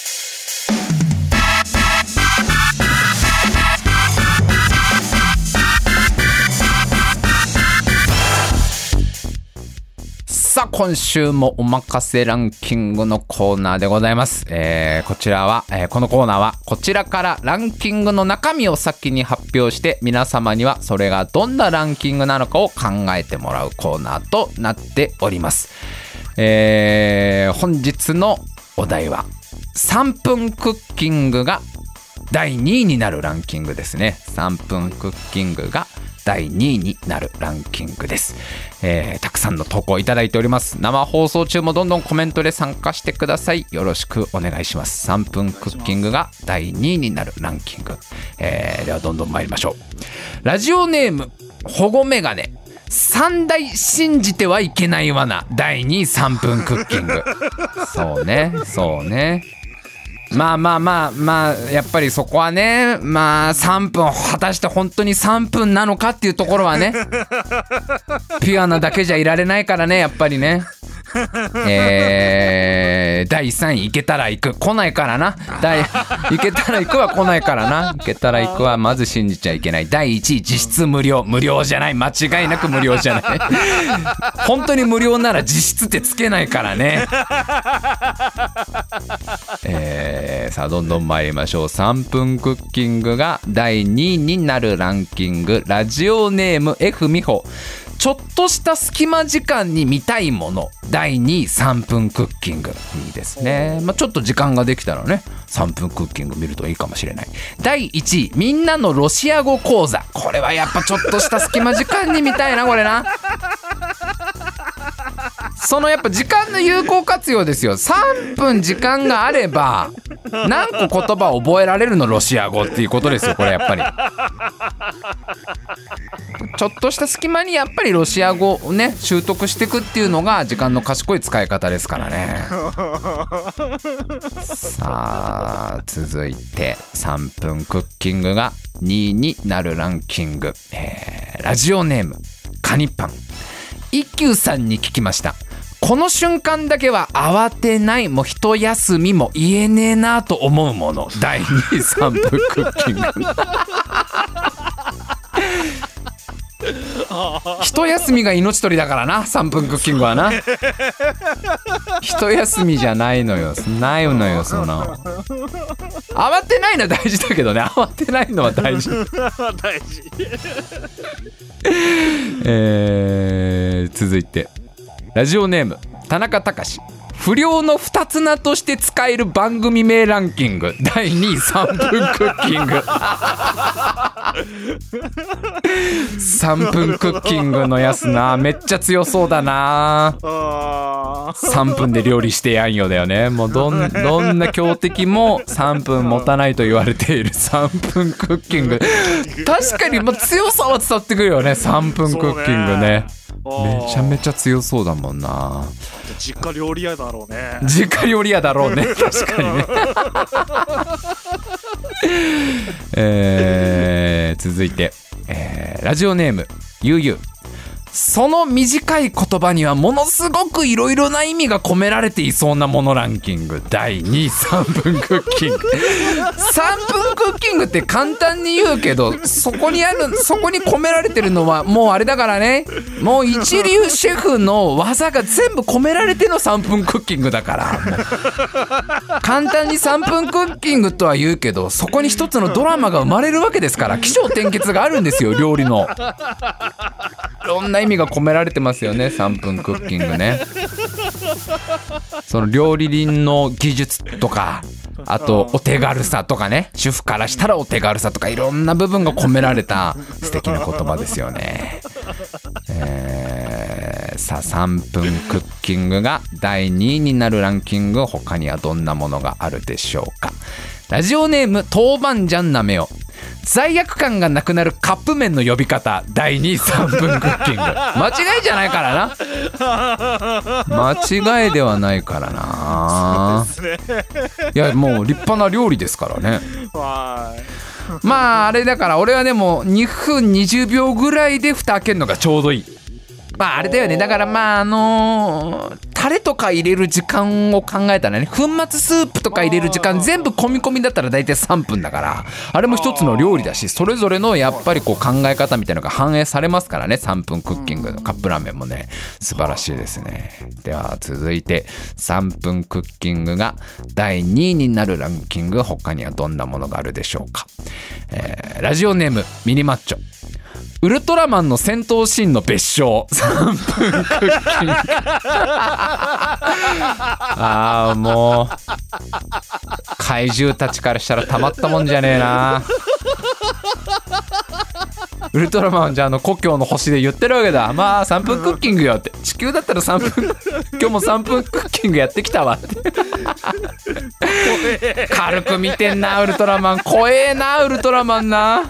さあ今週もおまかせランキングのコーナーでございます。えー、こちらは、えー、このコーナーはこちらからランキングの中身を先に発表して、皆様にはそれがどんなランキングなのかを考えてもらうコーナーとなっております。えー、本日のお題はさんぷんクッキングがだいにいになるランキングですね。さんぷんクッキングがだいにいになるランキングです。えー、たくさんの投稿いただいております。生放送中もどんどんコメントで参加してください。よろしくお願いします。さんぷんクッキングがだいにいになるランキング、えー、ではどんどん参りましょう。ラジオネーム保護メガネ、三大信じてはいけない罠だいにいさんぷんクッキング。そうねそうね、まあまあまあまあやっぱりそこはね、まあさんぷん果たして本当にさんぷんなのかっていうところはねピュアなだけじゃいられないからね、やっぱりね。えー、だいさんいいけたら行く来ないからな。だいいけたら行くは来ないからな。いけたら行くはまず信じちゃいけない。だいいちい実質無料。無料じゃない、間違いなく無料じゃない本当に無料なら実質ってつけないからね。えー、さあどんどん参りましょう。さんぷんクッキングがだいにいになるランキング。ラジオネーム F 美穂、ちょっとした隙間時間に見たいものだいにいさんぷんクッキング。いいですね、まあ、ちょっと時間ができたらねさんぷんクッキング見るといいかもしれない。だいいちいみんなのロシア語講座。これはやっぱちょっとした隙間時間に見たいなこれな。そのやっぱ時間の有効活用ですよ。さんぷん時間があれば何個言葉を覚えられるの、ロシア語っていうことですよこれやっぱり。ちょっとした隙間にやっぱりロシア語をね習得していくっていうのが時間の賢い使い方ですからね。さあ続いてさんぷんクッキングがにいになるランキング、えー、ラジオネームカニパン、一休さんに聞きました。この瞬間だけは慌てないも一休みも言えねえなと思うものだいにいさんぷんクッキング一休みが命取りだからな、さんぷんクッキングはな。一休みじゃないのよ、ないのよそんな。慌てないのは大事だけどね、慌てないのは大事大事えー、続いてラジオネーム田中隆、不良の二つ名として使える番組名ランキングだいにいさんぷんクッキングさんぷんクッキングのやつな、めっちゃ強そうだな。さんぷんで料理してやんよだよね。もうどんどんな強敵もさんぷん持たないと言われているさんぷんクッキング。確かにもう強さは伝わってくるよね、さんぷんクッキングね。めちゃめちゃ強そうだもんな。 実家料理屋だろうね。 実家料理屋だろうね確かにねえー、続いて、えー、ラジオネームゆうゆう、その短い言葉にはものすごくいろいろな意味が込められていそうなものランキングだいにいさんぷんクッキングさんぷんクッキングって簡単に言うけど、そこにあるそこに込められてるのはもうあれだからね、もう一流シェフの技が全部込められてのさんぷんクッキングだから。もう簡単にさんぷんクッキングとは言うけど、そこに一つのドラマが生まれるわけですから、起承転結があるんですよ料理の。いろんな意味が込められてますよね、さんぷんクッキングね。その料理人の技術とか、あとお手軽さとかね、主婦からしたらお手軽さとか、いろんな部分が込められた素敵な言葉ですよね。えー、さあさんぷんクッキングがだいにいになるランキング、他にはどんなものがあるでしょうか。ラジオネーム豆板醤なめよ、 罪悪感がなくなるカップ麺の呼び方だいにさんぷんクッキング。間違いじゃないからな。間違いではないからな。 そうですね。 いやもう立派な料理ですからね。 はい。 まああれだから俺はでもにふんにじゅうびょうぐらいで蓋開けるのがちょうどいい。まああれだよね。だからまああのー、タレとか入れる時間を考えたらね、粉末スープとか入れる時間全部込み込みだったら大体さんぷんだから、あれも一つの料理だし、それぞれのやっぱりこう考え方みたいなのが反映されますからね。さんぷんクッキングのカップラーメンもね素晴らしいですね。では続いてさんぷんクッキングがだいにいになるランキング、他にはどんなものがあるでしょうか。えー、ラジオネームミニマッチョ。ウルトラマンの戦闘シーンの別称さんぷんクッキング。ああもう怪獣たちからしたらたまったもんじゃねえな。ウルトラマンじゃあの故郷の星で言ってるわけだ。まあさんぷんクッキングよって、地球だったらさんぷん今日もさんぷんクッキングやってきたわって軽く見てんなウルトラマン。怖えなウルトラマンな。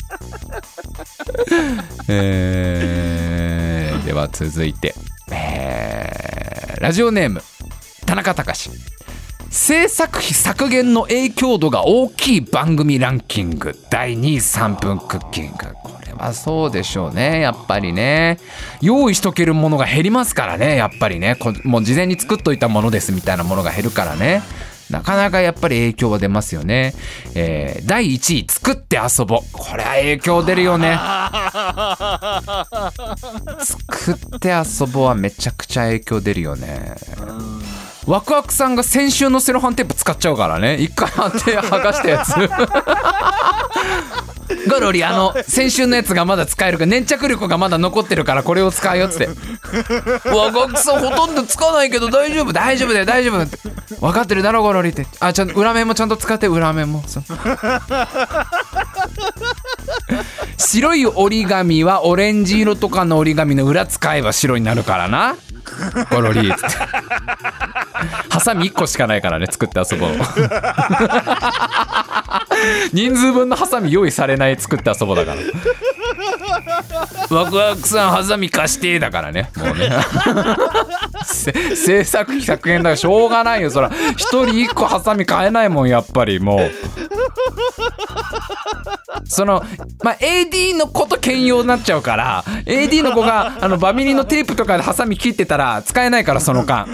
えー、では続いて、えー、ラジオネーム田中隆。制作費削減の影響度が大きい番組ランキングだいにいさんぷんクッキング。これはそうでしょうね。やっぱりね用意しとけるものが減りますからね。やっぱりねこもう事前に作っといたものですみたいなものが減るからね、なかなかやっぱり影響は出ますよね。えー、だいいちい作って遊ぼう。これは影響出るよね。作って遊ぼうはめちゃくちゃ影響出るよね。ワクワクさんが先週のセロハンテープ使っちゃうからね。一回貼って剥がしたやつゴロリあの先週のやつがまだ使えるから、粘着力がまだ残ってるからこれを使うよっつってワクワクさんほとんどつかないけど大丈夫大丈夫だよ大丈夫って分かってるだろゴロリって。あちゃんと裏面もちゃんと使って、裏面も白い折り紙はオレンジ色とかの折り紙の裏使えば白になるからなゴロリっつってハサミいっこしかないからね、作って遊ぼう人数分のハサミ用意されない作って遊ぼうだからワクワクさんハサミ貸してだからね、もうね制作費削減だからしょうがないよ。そら一人一個ハサミ買えないもんやっぱり。もうそのまあ エーディー の子と兼用になっちゃうから、 エーディー の子があのバミリのテープとかでハサミ切ってたら使えないから、その間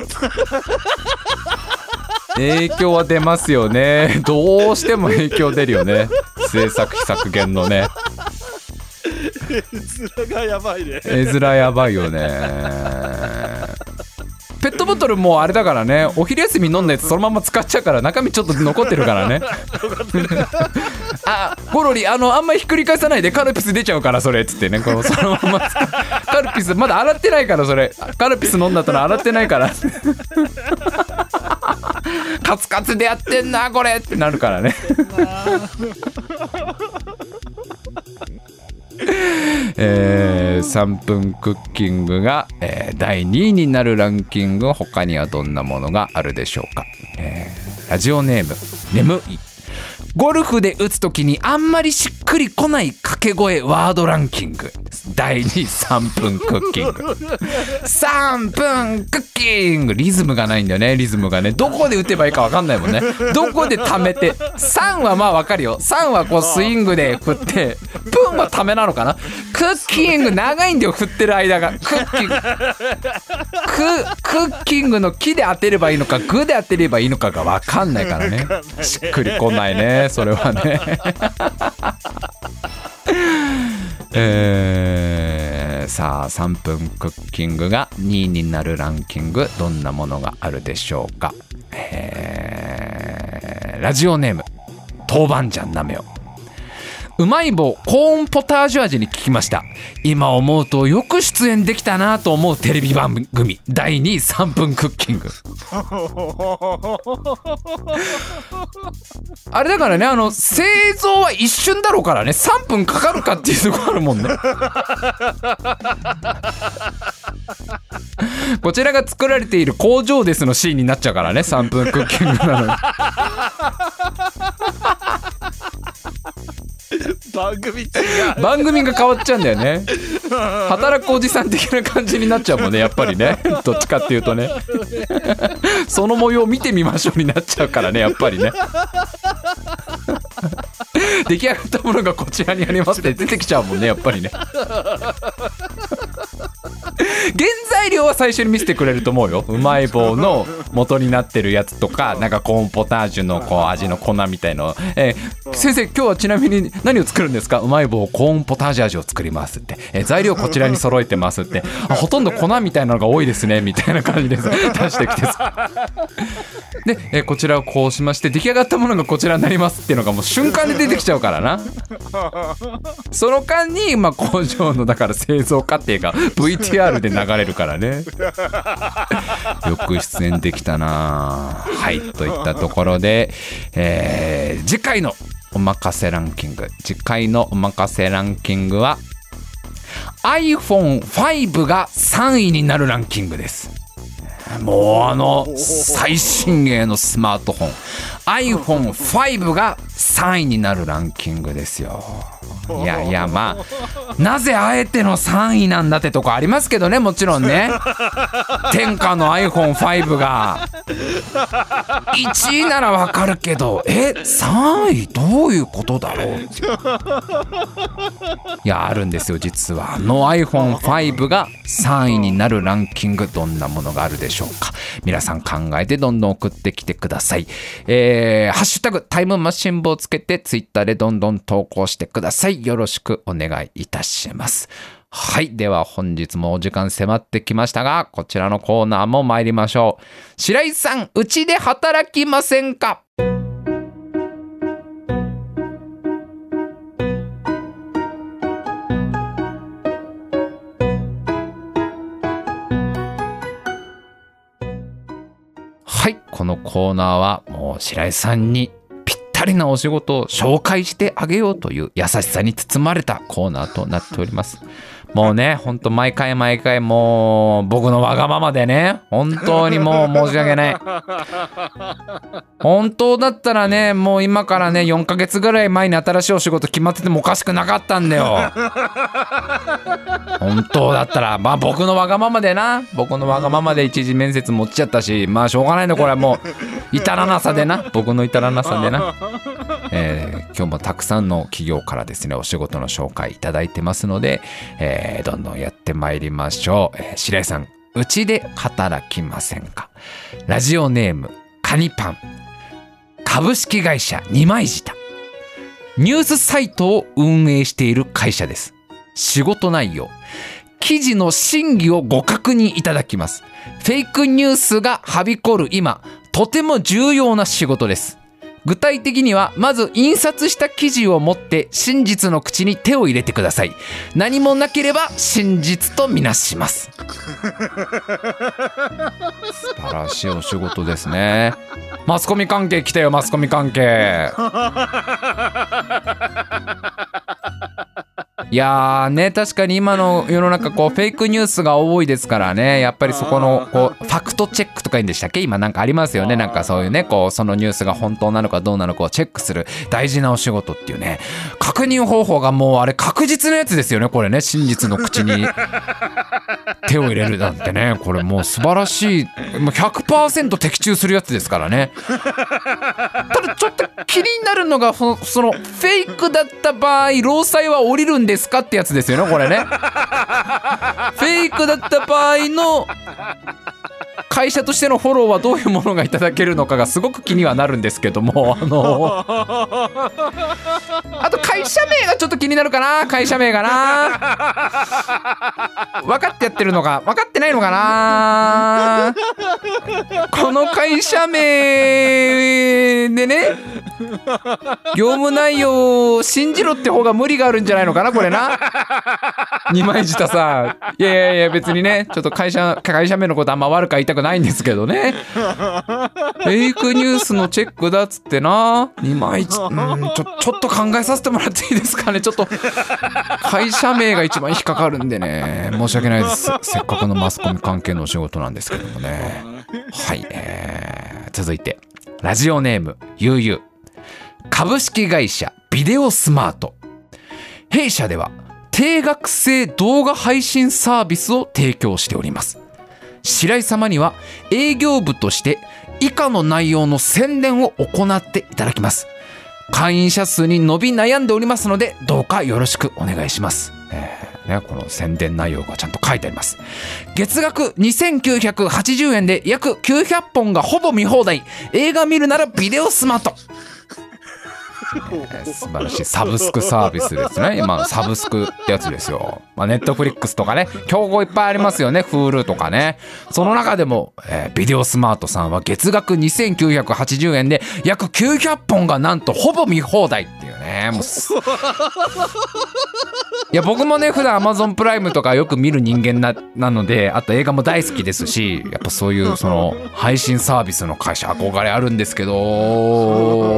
影響は出ますよね。どうしても影響出るよね、制作費削減のね。 絵面がやばいね。 絵面やばいよね。ペットボトルもうあれだからね、お昼休み飲んだやつそのまま使っちゃうから中身ちょっと残ってるからねあゴロリあのあんまりひっくり返さないでカルピス出ちゃうからそれっつってね、このそのままカルピスまだ洗ってないから、それカルピス飲んだったら洗ってないからカツカツでやってんなこれってなるからねえー、さんぷんクッキングが、えー、だいにいになるランキング、他にはどんなものがあるでしょうか。えー、ラジオネーム眠い。ゴルフで打つときにあんまりしっくりこない掛け声ワードランキングだいにいさんぷんクッキングさんぷんクッキング。リズムがないんだよね。リズムがね、どこで打てばいいか分かんないもんね。どこで溜めて、さんはまあ分かるよ。さんはこうスイングで振って、プンはためなのかな。クッキング長いんだよ、振ってる間が。クッキングククッキングの木で当てればいいのかグで当てればいいのかが分かんないからね。しっくりこないねそれはねえー、さあさんぷんクッキングがにいになるランキング、どんなものがあるでしょうか。えー、ラジオネーム豆板醤なめよ。うまい棒コーンポタージュ味に聞きました。今思うとよく出演できたなと思うテレビ番組だいにいさんぷんクッキングあれだからね、あの製造は一瞬だろうからね、さんぷんかかるかっていうところあるもんねこちらが作られている工場ですのシーンになっちゃうからね、さんぷんクッキングなのに番組違う。 番組が変わっちゃうんだよね。働くおじさん的な感じになっちゃうもんね、やっぱりね。どっちかっていうとね。その模様を見てみましょうになっちゃうからね、やっぱりね。出来上がったものがこちらにありますって出てきちゃうもんね、やっぱりね。原材料は最初に見せてくれると思うよ。うまい棒の元になってるやつとか、なんかコーンポタージュのこう味の粉みたいの、えー、先生今日はちなみに何を作るんですか？うまい棒コーンポタージュ味を作りますって、えー、材料こちらに揃えてますって、あほとんど粉みたいなのが多いですねみたいな感じで出してきてさで、えー、こちらをこうしまして出来上がったものがこちらになりますっていうのがもう瞬間で出てきちゃうからな。その間に、まあ、工場のだから製造過程が ブイティーアール で流れるからね。よく出演できたな。はいといったところで、えー、次回のおまかせランキング次回のおまかせランキングは アイフォンファイブ がさんいになるランキングです。もうあの最新鋭のスマートフォン アイフォンファイブ がさんいになるランキングですよ。いやいやまあなぜあえてのさんいなんだってとこありますけどね、もちろんね。天下の アイフォンファイブ がいちいならわかるけど、えさんいどういうことだろう。いやあるんですよ実は。あの アイフォンファイブ がさんいになるランキング、どんなものがあるでしょうか。皆さん考えてどんどん送ってきてください。えー、ハッシュタグタイムマシン部をつけてツイッターでどんどん投稿してください。よろしくお願いいたします。はい、では本日もお時間迫ってきましたが、こちらのコーナーも参りましょう。白井さん、うちで働きませんか？はい、このコーナーはもう白井さんにぴったりなお仕事を紹介してあげようという優しさに包まれたコーナーとなっております。もうね、ほんと毎回毎回もう僕のわがままでね、本当にもう申し訳ない。本当だったらね、もう今からねよんかげつぐらい前に新しいお仕事決まっててもおかしくなかったんだよ。本当だったらまあ僕のわがままでな、僕のわがままで一次面接持っちゃったし、まあしょうがないの、これはもう至らなさでな、僕の至らなさでな。えー、今日もたくさんの企業からですねお仕事の紹介いただいてますので、えー、どんどんやってまいりましょう。えー、白井さん、うちで働きませんか？ラジオネームカニパン、株式会社二枚舌、ニュースサイトを運営している会社です。仕事内容、記事の真偽をご確認いただきます。フェイクニュースがはびこる今、とても重要な仕事です。具体的にはまず印刷した記事を持って真実の口に手を入れてください。何もなければ真実とみなします。素晴らしいお仕事ですね。マスコミ関係来たよ、マスコミ関係。いやーね、確かに今の世の中こうフェイクニュースが多いですからね、やっぱりそこのこうファクトチェックとか言うんでしたっけ、今なんかありますよね。なんかそういうね、こうそのニュースが本当なのかどうなのかをチェックする大事なお仕事っていうね、確認方法がもうあれ確実なやつですよね、これね。真実の口に手を入れるなんてね、これもう素晴らしい、もう ひゃくパーセント 的中するやつですからね。ただちょっと気になるのがその、そのフェイクだった場合労災は降りるんですかってやつですよね、これね。フェイクだった場合の会社としてのフォローはどういうものがいただけるのかがすごく気にはなるんですけども、あのあと会社名がちょっと気になるかな。会社名がな、分かってやってるのか分かってないのかな。この会社名でね、業務内容を信じろって方が無理があるんじゃないのかな、これな。二枚舌さ、いやいやいや別にね、ちょっと会社会社名のことあんま悪く言いたくないんですけどね。フェイクニュースのチェックだっつってな、二枚舌、うん、ちょちょっと考えさせてもらっていいですかね。ちょっと会社名が一番引っかかるんでね、申し訳ないです。せっかくのマスコミ関係のお仕事なんですけどもね。はい、えー、続いてラジオネームゆうゆう、株式会社ビデオスマート、 弊社では定額制動画配信サービスを提供しております。白井様には営業部として以下の内容の宣伝を行っていただきます。会員者数に伸び悩んでおりますので、どうかよろしくお願いします。えーね、この宣伝内容がちゃんと書いてあります。月額にせんきゅうひゃくはちじゅうえんで約きゅうひゃっぽんがほぼ見放題。映画見るならビデオスマート。えー、素晴らしいサブスクサービスですね。今サブスクってやつですよ。まあ、ネットフリックスとかね、競合いっぱいありますよね。Hulu とかね。その中でも、えー、ビデオスマートさんは月額にせんきゅうひゃくはちじゅうえんで約きゅうひゃっぽんがなんとほぼ見放題っていうね。もういや僕もね普段 Amazon プライムとかよく見る人間 な, なので、あと映画も大好きですし、やっぱそういうその配信サービスの会社憧れあるんですけど、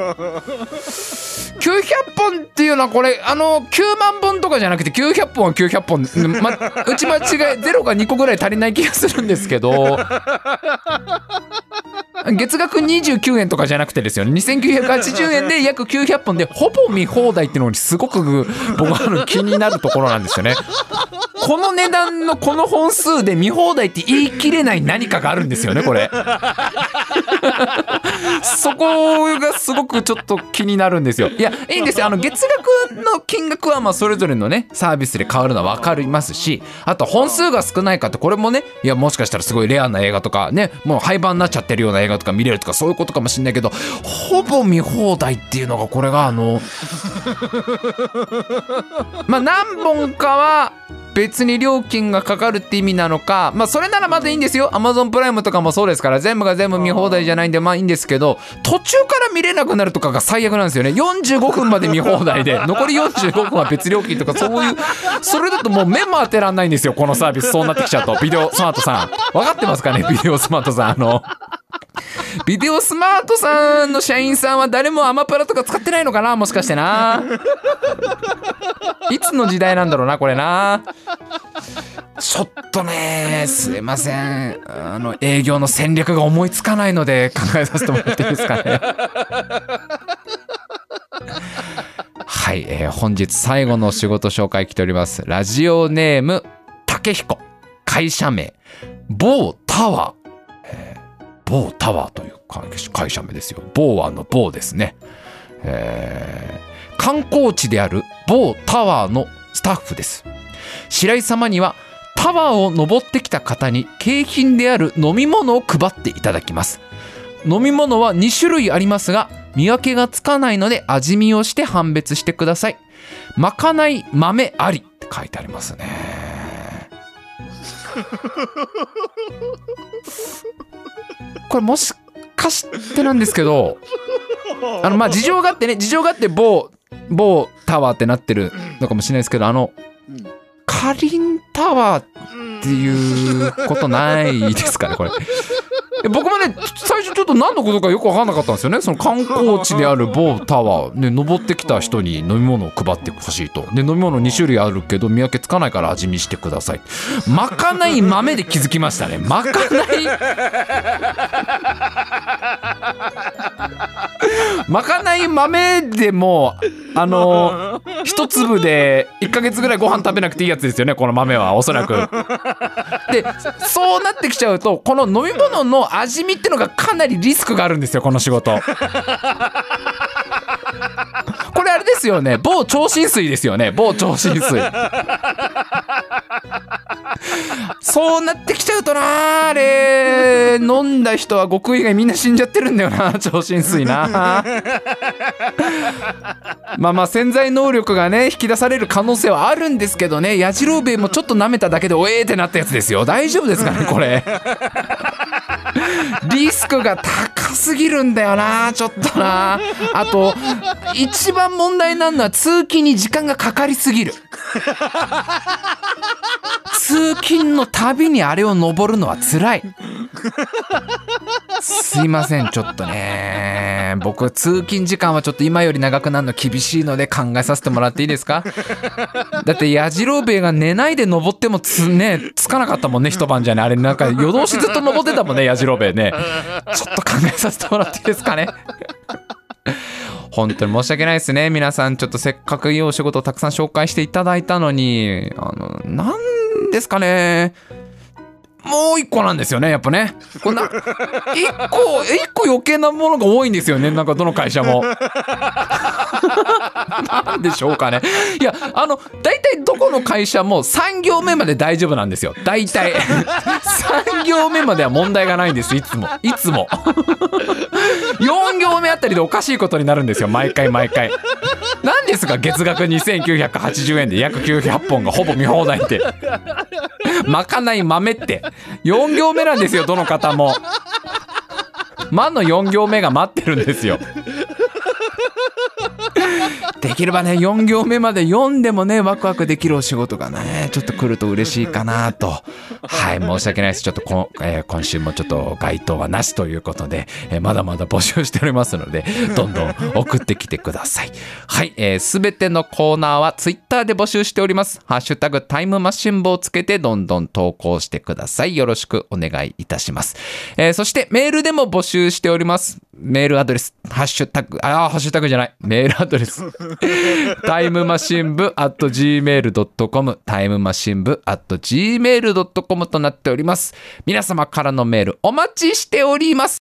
きゅうひゃっぽんっていうのはこれあのきゅうまんぼんとかじゃなくてきゅうひゃっぽんはきゅうひゃっぽん、ま、うち間違いゼロがにこぐらい足りない気がするんですけど、月額にじゅうきゅうえんとかじゃなくてですよね、にせんきゅうひゃくはちじゅうえんで約きゅうひゃっぽんでほぼ見放題っていうのにすごく僕はあの気になるところなんですよね。この値段のこの本数で見放題って言い切れない何かがあるんですよねこれ。そこがすごくちょっと気になるんですよ。いやいいんですよ、あの月額の金額はまあそれぞれのねサービスで変わるのは分かりますし、あと本数が少ないかってこれもね、いやもしかしたらすごいレアな映画とかね、もう廃盤になっちゃってるような映画とか見れるとかそういうことかもしれないけど、ほぼ見放題っていうのがこれがあのまあ何本かは別に料金がかかるって意味なのか、まあそれならまだいいんですよ。 Amazon プライムとかもそうですから全部が全部見放題じゃないんでまあいいんですけど、途中から見れなくなるとかが最悪なんですよね。よんじゅうごふんまで見放題で残りよんじゅうごふんは別料金とか、そういうそれだともう目も当てらんないんですよこのサービス。そうなってきちゃうと。ビデオスマートさん分かってますかね。ビデオスマートさん、あのビデオスマートさんの社員さんは誰もアマプラとか使ってないのかな、もしかしてな。いつの時代なんだろうなこれな。ちょっとねすいません、あの営業の戦略が思いつかないので考えさせてもらっていいですかね。はい、えー、本日最後の仕事紹介来ております。ラジオネーム竹彦、会社名某タワー、えー、某タワーという会社名ですよ。某はの某ですね。えー、観光地である某タワーのスタッフです。白井様にはタワーを登ってきた方に景品である飲み物を配っていただきます。飲み物はにしゅるいありますが見分けがつかないので味見をして判別してください。まかない豆ありって書いてありますね。これもしかしてなんですけど、あのまあ事情があってね、事情があって某某タワーってなってるのかもしれないですけど、あのかりんタワーっていうことないですかねこれ。僕もね最初ちょっと何のことかよく分かんなかったんですよね。その観光地である某タワーで登ってきた人に飲み物を配ってほしいと。で飲み物にしゅるいあるけど見分けつかないから味見してください。まかない豆で気づきましたね。まかないまかない豆でもあの一粒でいっかげつぐらいご飯食べなくていいやつですよねこの豆はおそらく。でそうなってきちゃうとこの飲み物の味見ってのがかなりリスクがあるんですよこの仕事。これあれですよね、某超浸水ですよね、某超浸水。そうなってきちゃうとな、あれ飲んだ人は極以外みんな死んじゃってるんだよな超浸水な。まあまあ潜在能力がね引き出される可能性はあるんですけどね、やじろうべえもちょっと舐めただけでおえーってなったやつですよ。大丈夫ですかねこれ。リスクが高すぎるんだよなちょっとな。あと一番問題なのは通勤に時間がかかりすぎる。通勤のたびにあれを登るのは辛い。すいませんちょっとね、僕通勤時間はちょっと今より長くなるの厳しいので考えさせてもらっていいですか。だってやじろうべえが寝ないで登ってもつねつかなかったもんね一晩じゃね。あれなんか夜通しずっと登ってたもんねやじろうべえね。ちょっと考えさせてもらっていいですかね。 本当に申し訳ないですね皆さん。ちょっとせっかくいいお仕事をたくさん紹介していただいたのに、あのなんですかね、もう一個なんですよねやっぱね。こんな一個一個余計なものが多いんですよね、なんかどの会社も。なんでしょうかね。いやあの大体どこの会社もさん行目まで大丈夫なんですよ大体。さん行目までは問題がないんです、いつもいつも。よん行目あたりでおかしいことになるんですよ毎回毎回。なんですか月額にせんきゅうひゃくはちじゅうえんで約きゅうひゃっぽんがほぼ見放題って。まかない豆ってよん行目なんですよ、どの方も。魔のよん行目が待ってるんですよ。できればねよん行目まで読んでもねワクワクできるお仕事がねちょっと来ると嬉しいかなと。はい申し訳ないです。ちょっとこ、えー、今週もちょっと該当はなしということで、えー、まだまだ募集しておりますのでどんどん送ってきてください。はいすべ、えー、てのコーナーはツイッターで募集しております。ハッシュタグタイムマシン部をつけてどんどん投稿してください。よろしくお願いいたします。えー、そしてメールでも募集しております。メールアドレスハッシュタグあーハッシュタグじゃないメールアドレスタイムマシン部 アットジーメールドットコム タイムマシン部 アットジーメールドットコム となっております。皆様からのメールお待ちしております。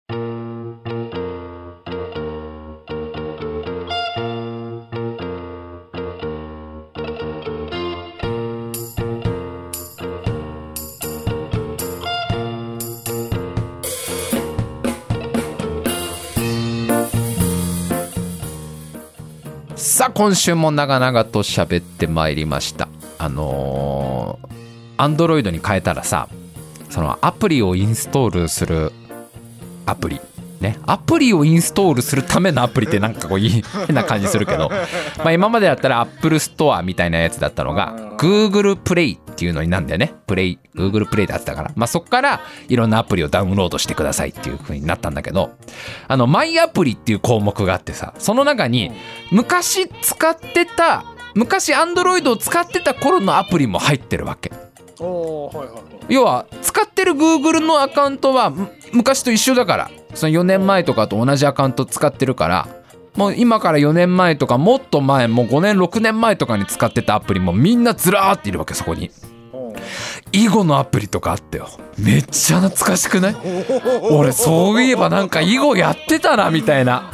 さあ今週も長々と喋ってまいりました。あのー、Android に変えたらさ、そのアプリをインストールするアプリね、アプリをインストールするためのアプリってなんかこう変な感じするけど、まあ今までだったら Apple Store みたいなやつだったのが Google Play っていうのになんだよね。プレイ Google Play だったから、まあそっからいろんなアプリをダウンロードしてくださいっていう風になったんだけど、あのマイアプリっていう項目があってさ、その中に昔使ってた昔 Android を使ってた頃のアプリも入ってるわけ。 おー、はいはいはい、 要は使ってる Google のアカウントは昔と一緒だから、そのよねんまえとかと同じアカウント使ってるから、もう今からよねんまえとかもっと前、もうごねんろくねんまえとかに使ってたアプリもみんなずらーっているわけ。そこに囲碁のアプリとかあったよ。めっちゃ懐かしくない？俺そういえばなんか囲碁やってたなみたいな。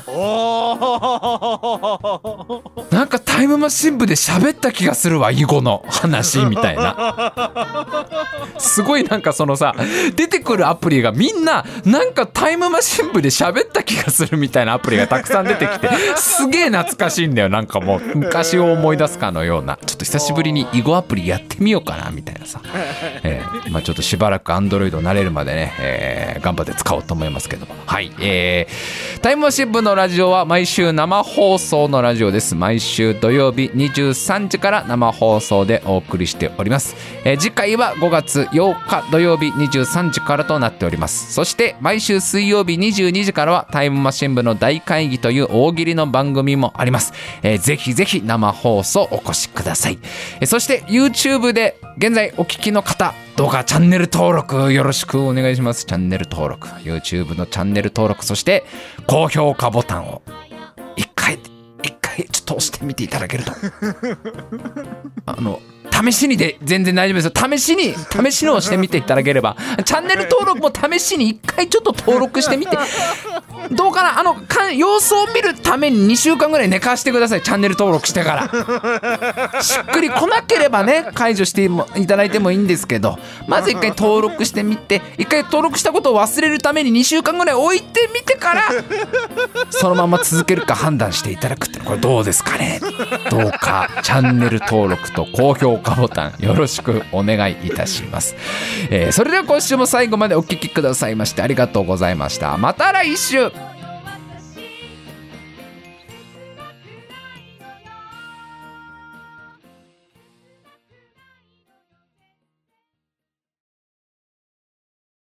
なんかタイムマシン部で喋った気がするわ、囲碁の話みたいな。すごいなんかそのさ、出てくるアプリがみんななんかタイムマシン部で喋った気がするみたいなアプリがたくさん出てきて、すげえ懐かしいんだよ。なんかもう昔を思い出すかのような。ちょっと久しぶりに囲碁アプリやってみようかなみたいなさ、えー、まあちょっとしばらくアンドロイド慣れるまでね、えー、頑張って使おうと思いますけども、はい、えー、タイムマシン部のラジオは毎週生放送のラジオです。毎週土曜日にじゅうさんじから生放送でお送りしております。えー、次回はごがつようか土曜日にじゅうさんじからとなっております。そして毎週水曜日にじゅうにじからはタイムマシン部の大会議という大喜利の番組もあります。えー、ぜひぜひ生放送お越しください。えー、そして YouTube で現在お聞きの方、どうかチャンネル登録よろしくお願いします。チャンネル登録、 YouTube のチャンネル登録、そして高評価ボタンを一回一回ちょっと押してみていただけるとあの試しにで全然大丈夫ですよ。試しに試しに押してみていただければ、チャンネル登録も試しに一回ちょっと登録してみてどうかな。あのか様子を見るためににしゅうかんぐらい寝かしてください。チャンネル登録してからしっくり来なければね解除してもいただいてもいいんですけど、まず一回登録してみて、一回登録したことを忘れるためににしゅうかんぐらい置いてみてからそのまま続けるか判断していただくって、これどうですかね。どうかチャンネル登録と高評価ボタンよろしくお願いいたします。えー、それでは今週も最後までお聞きくださいましてありがとうございました。また来週。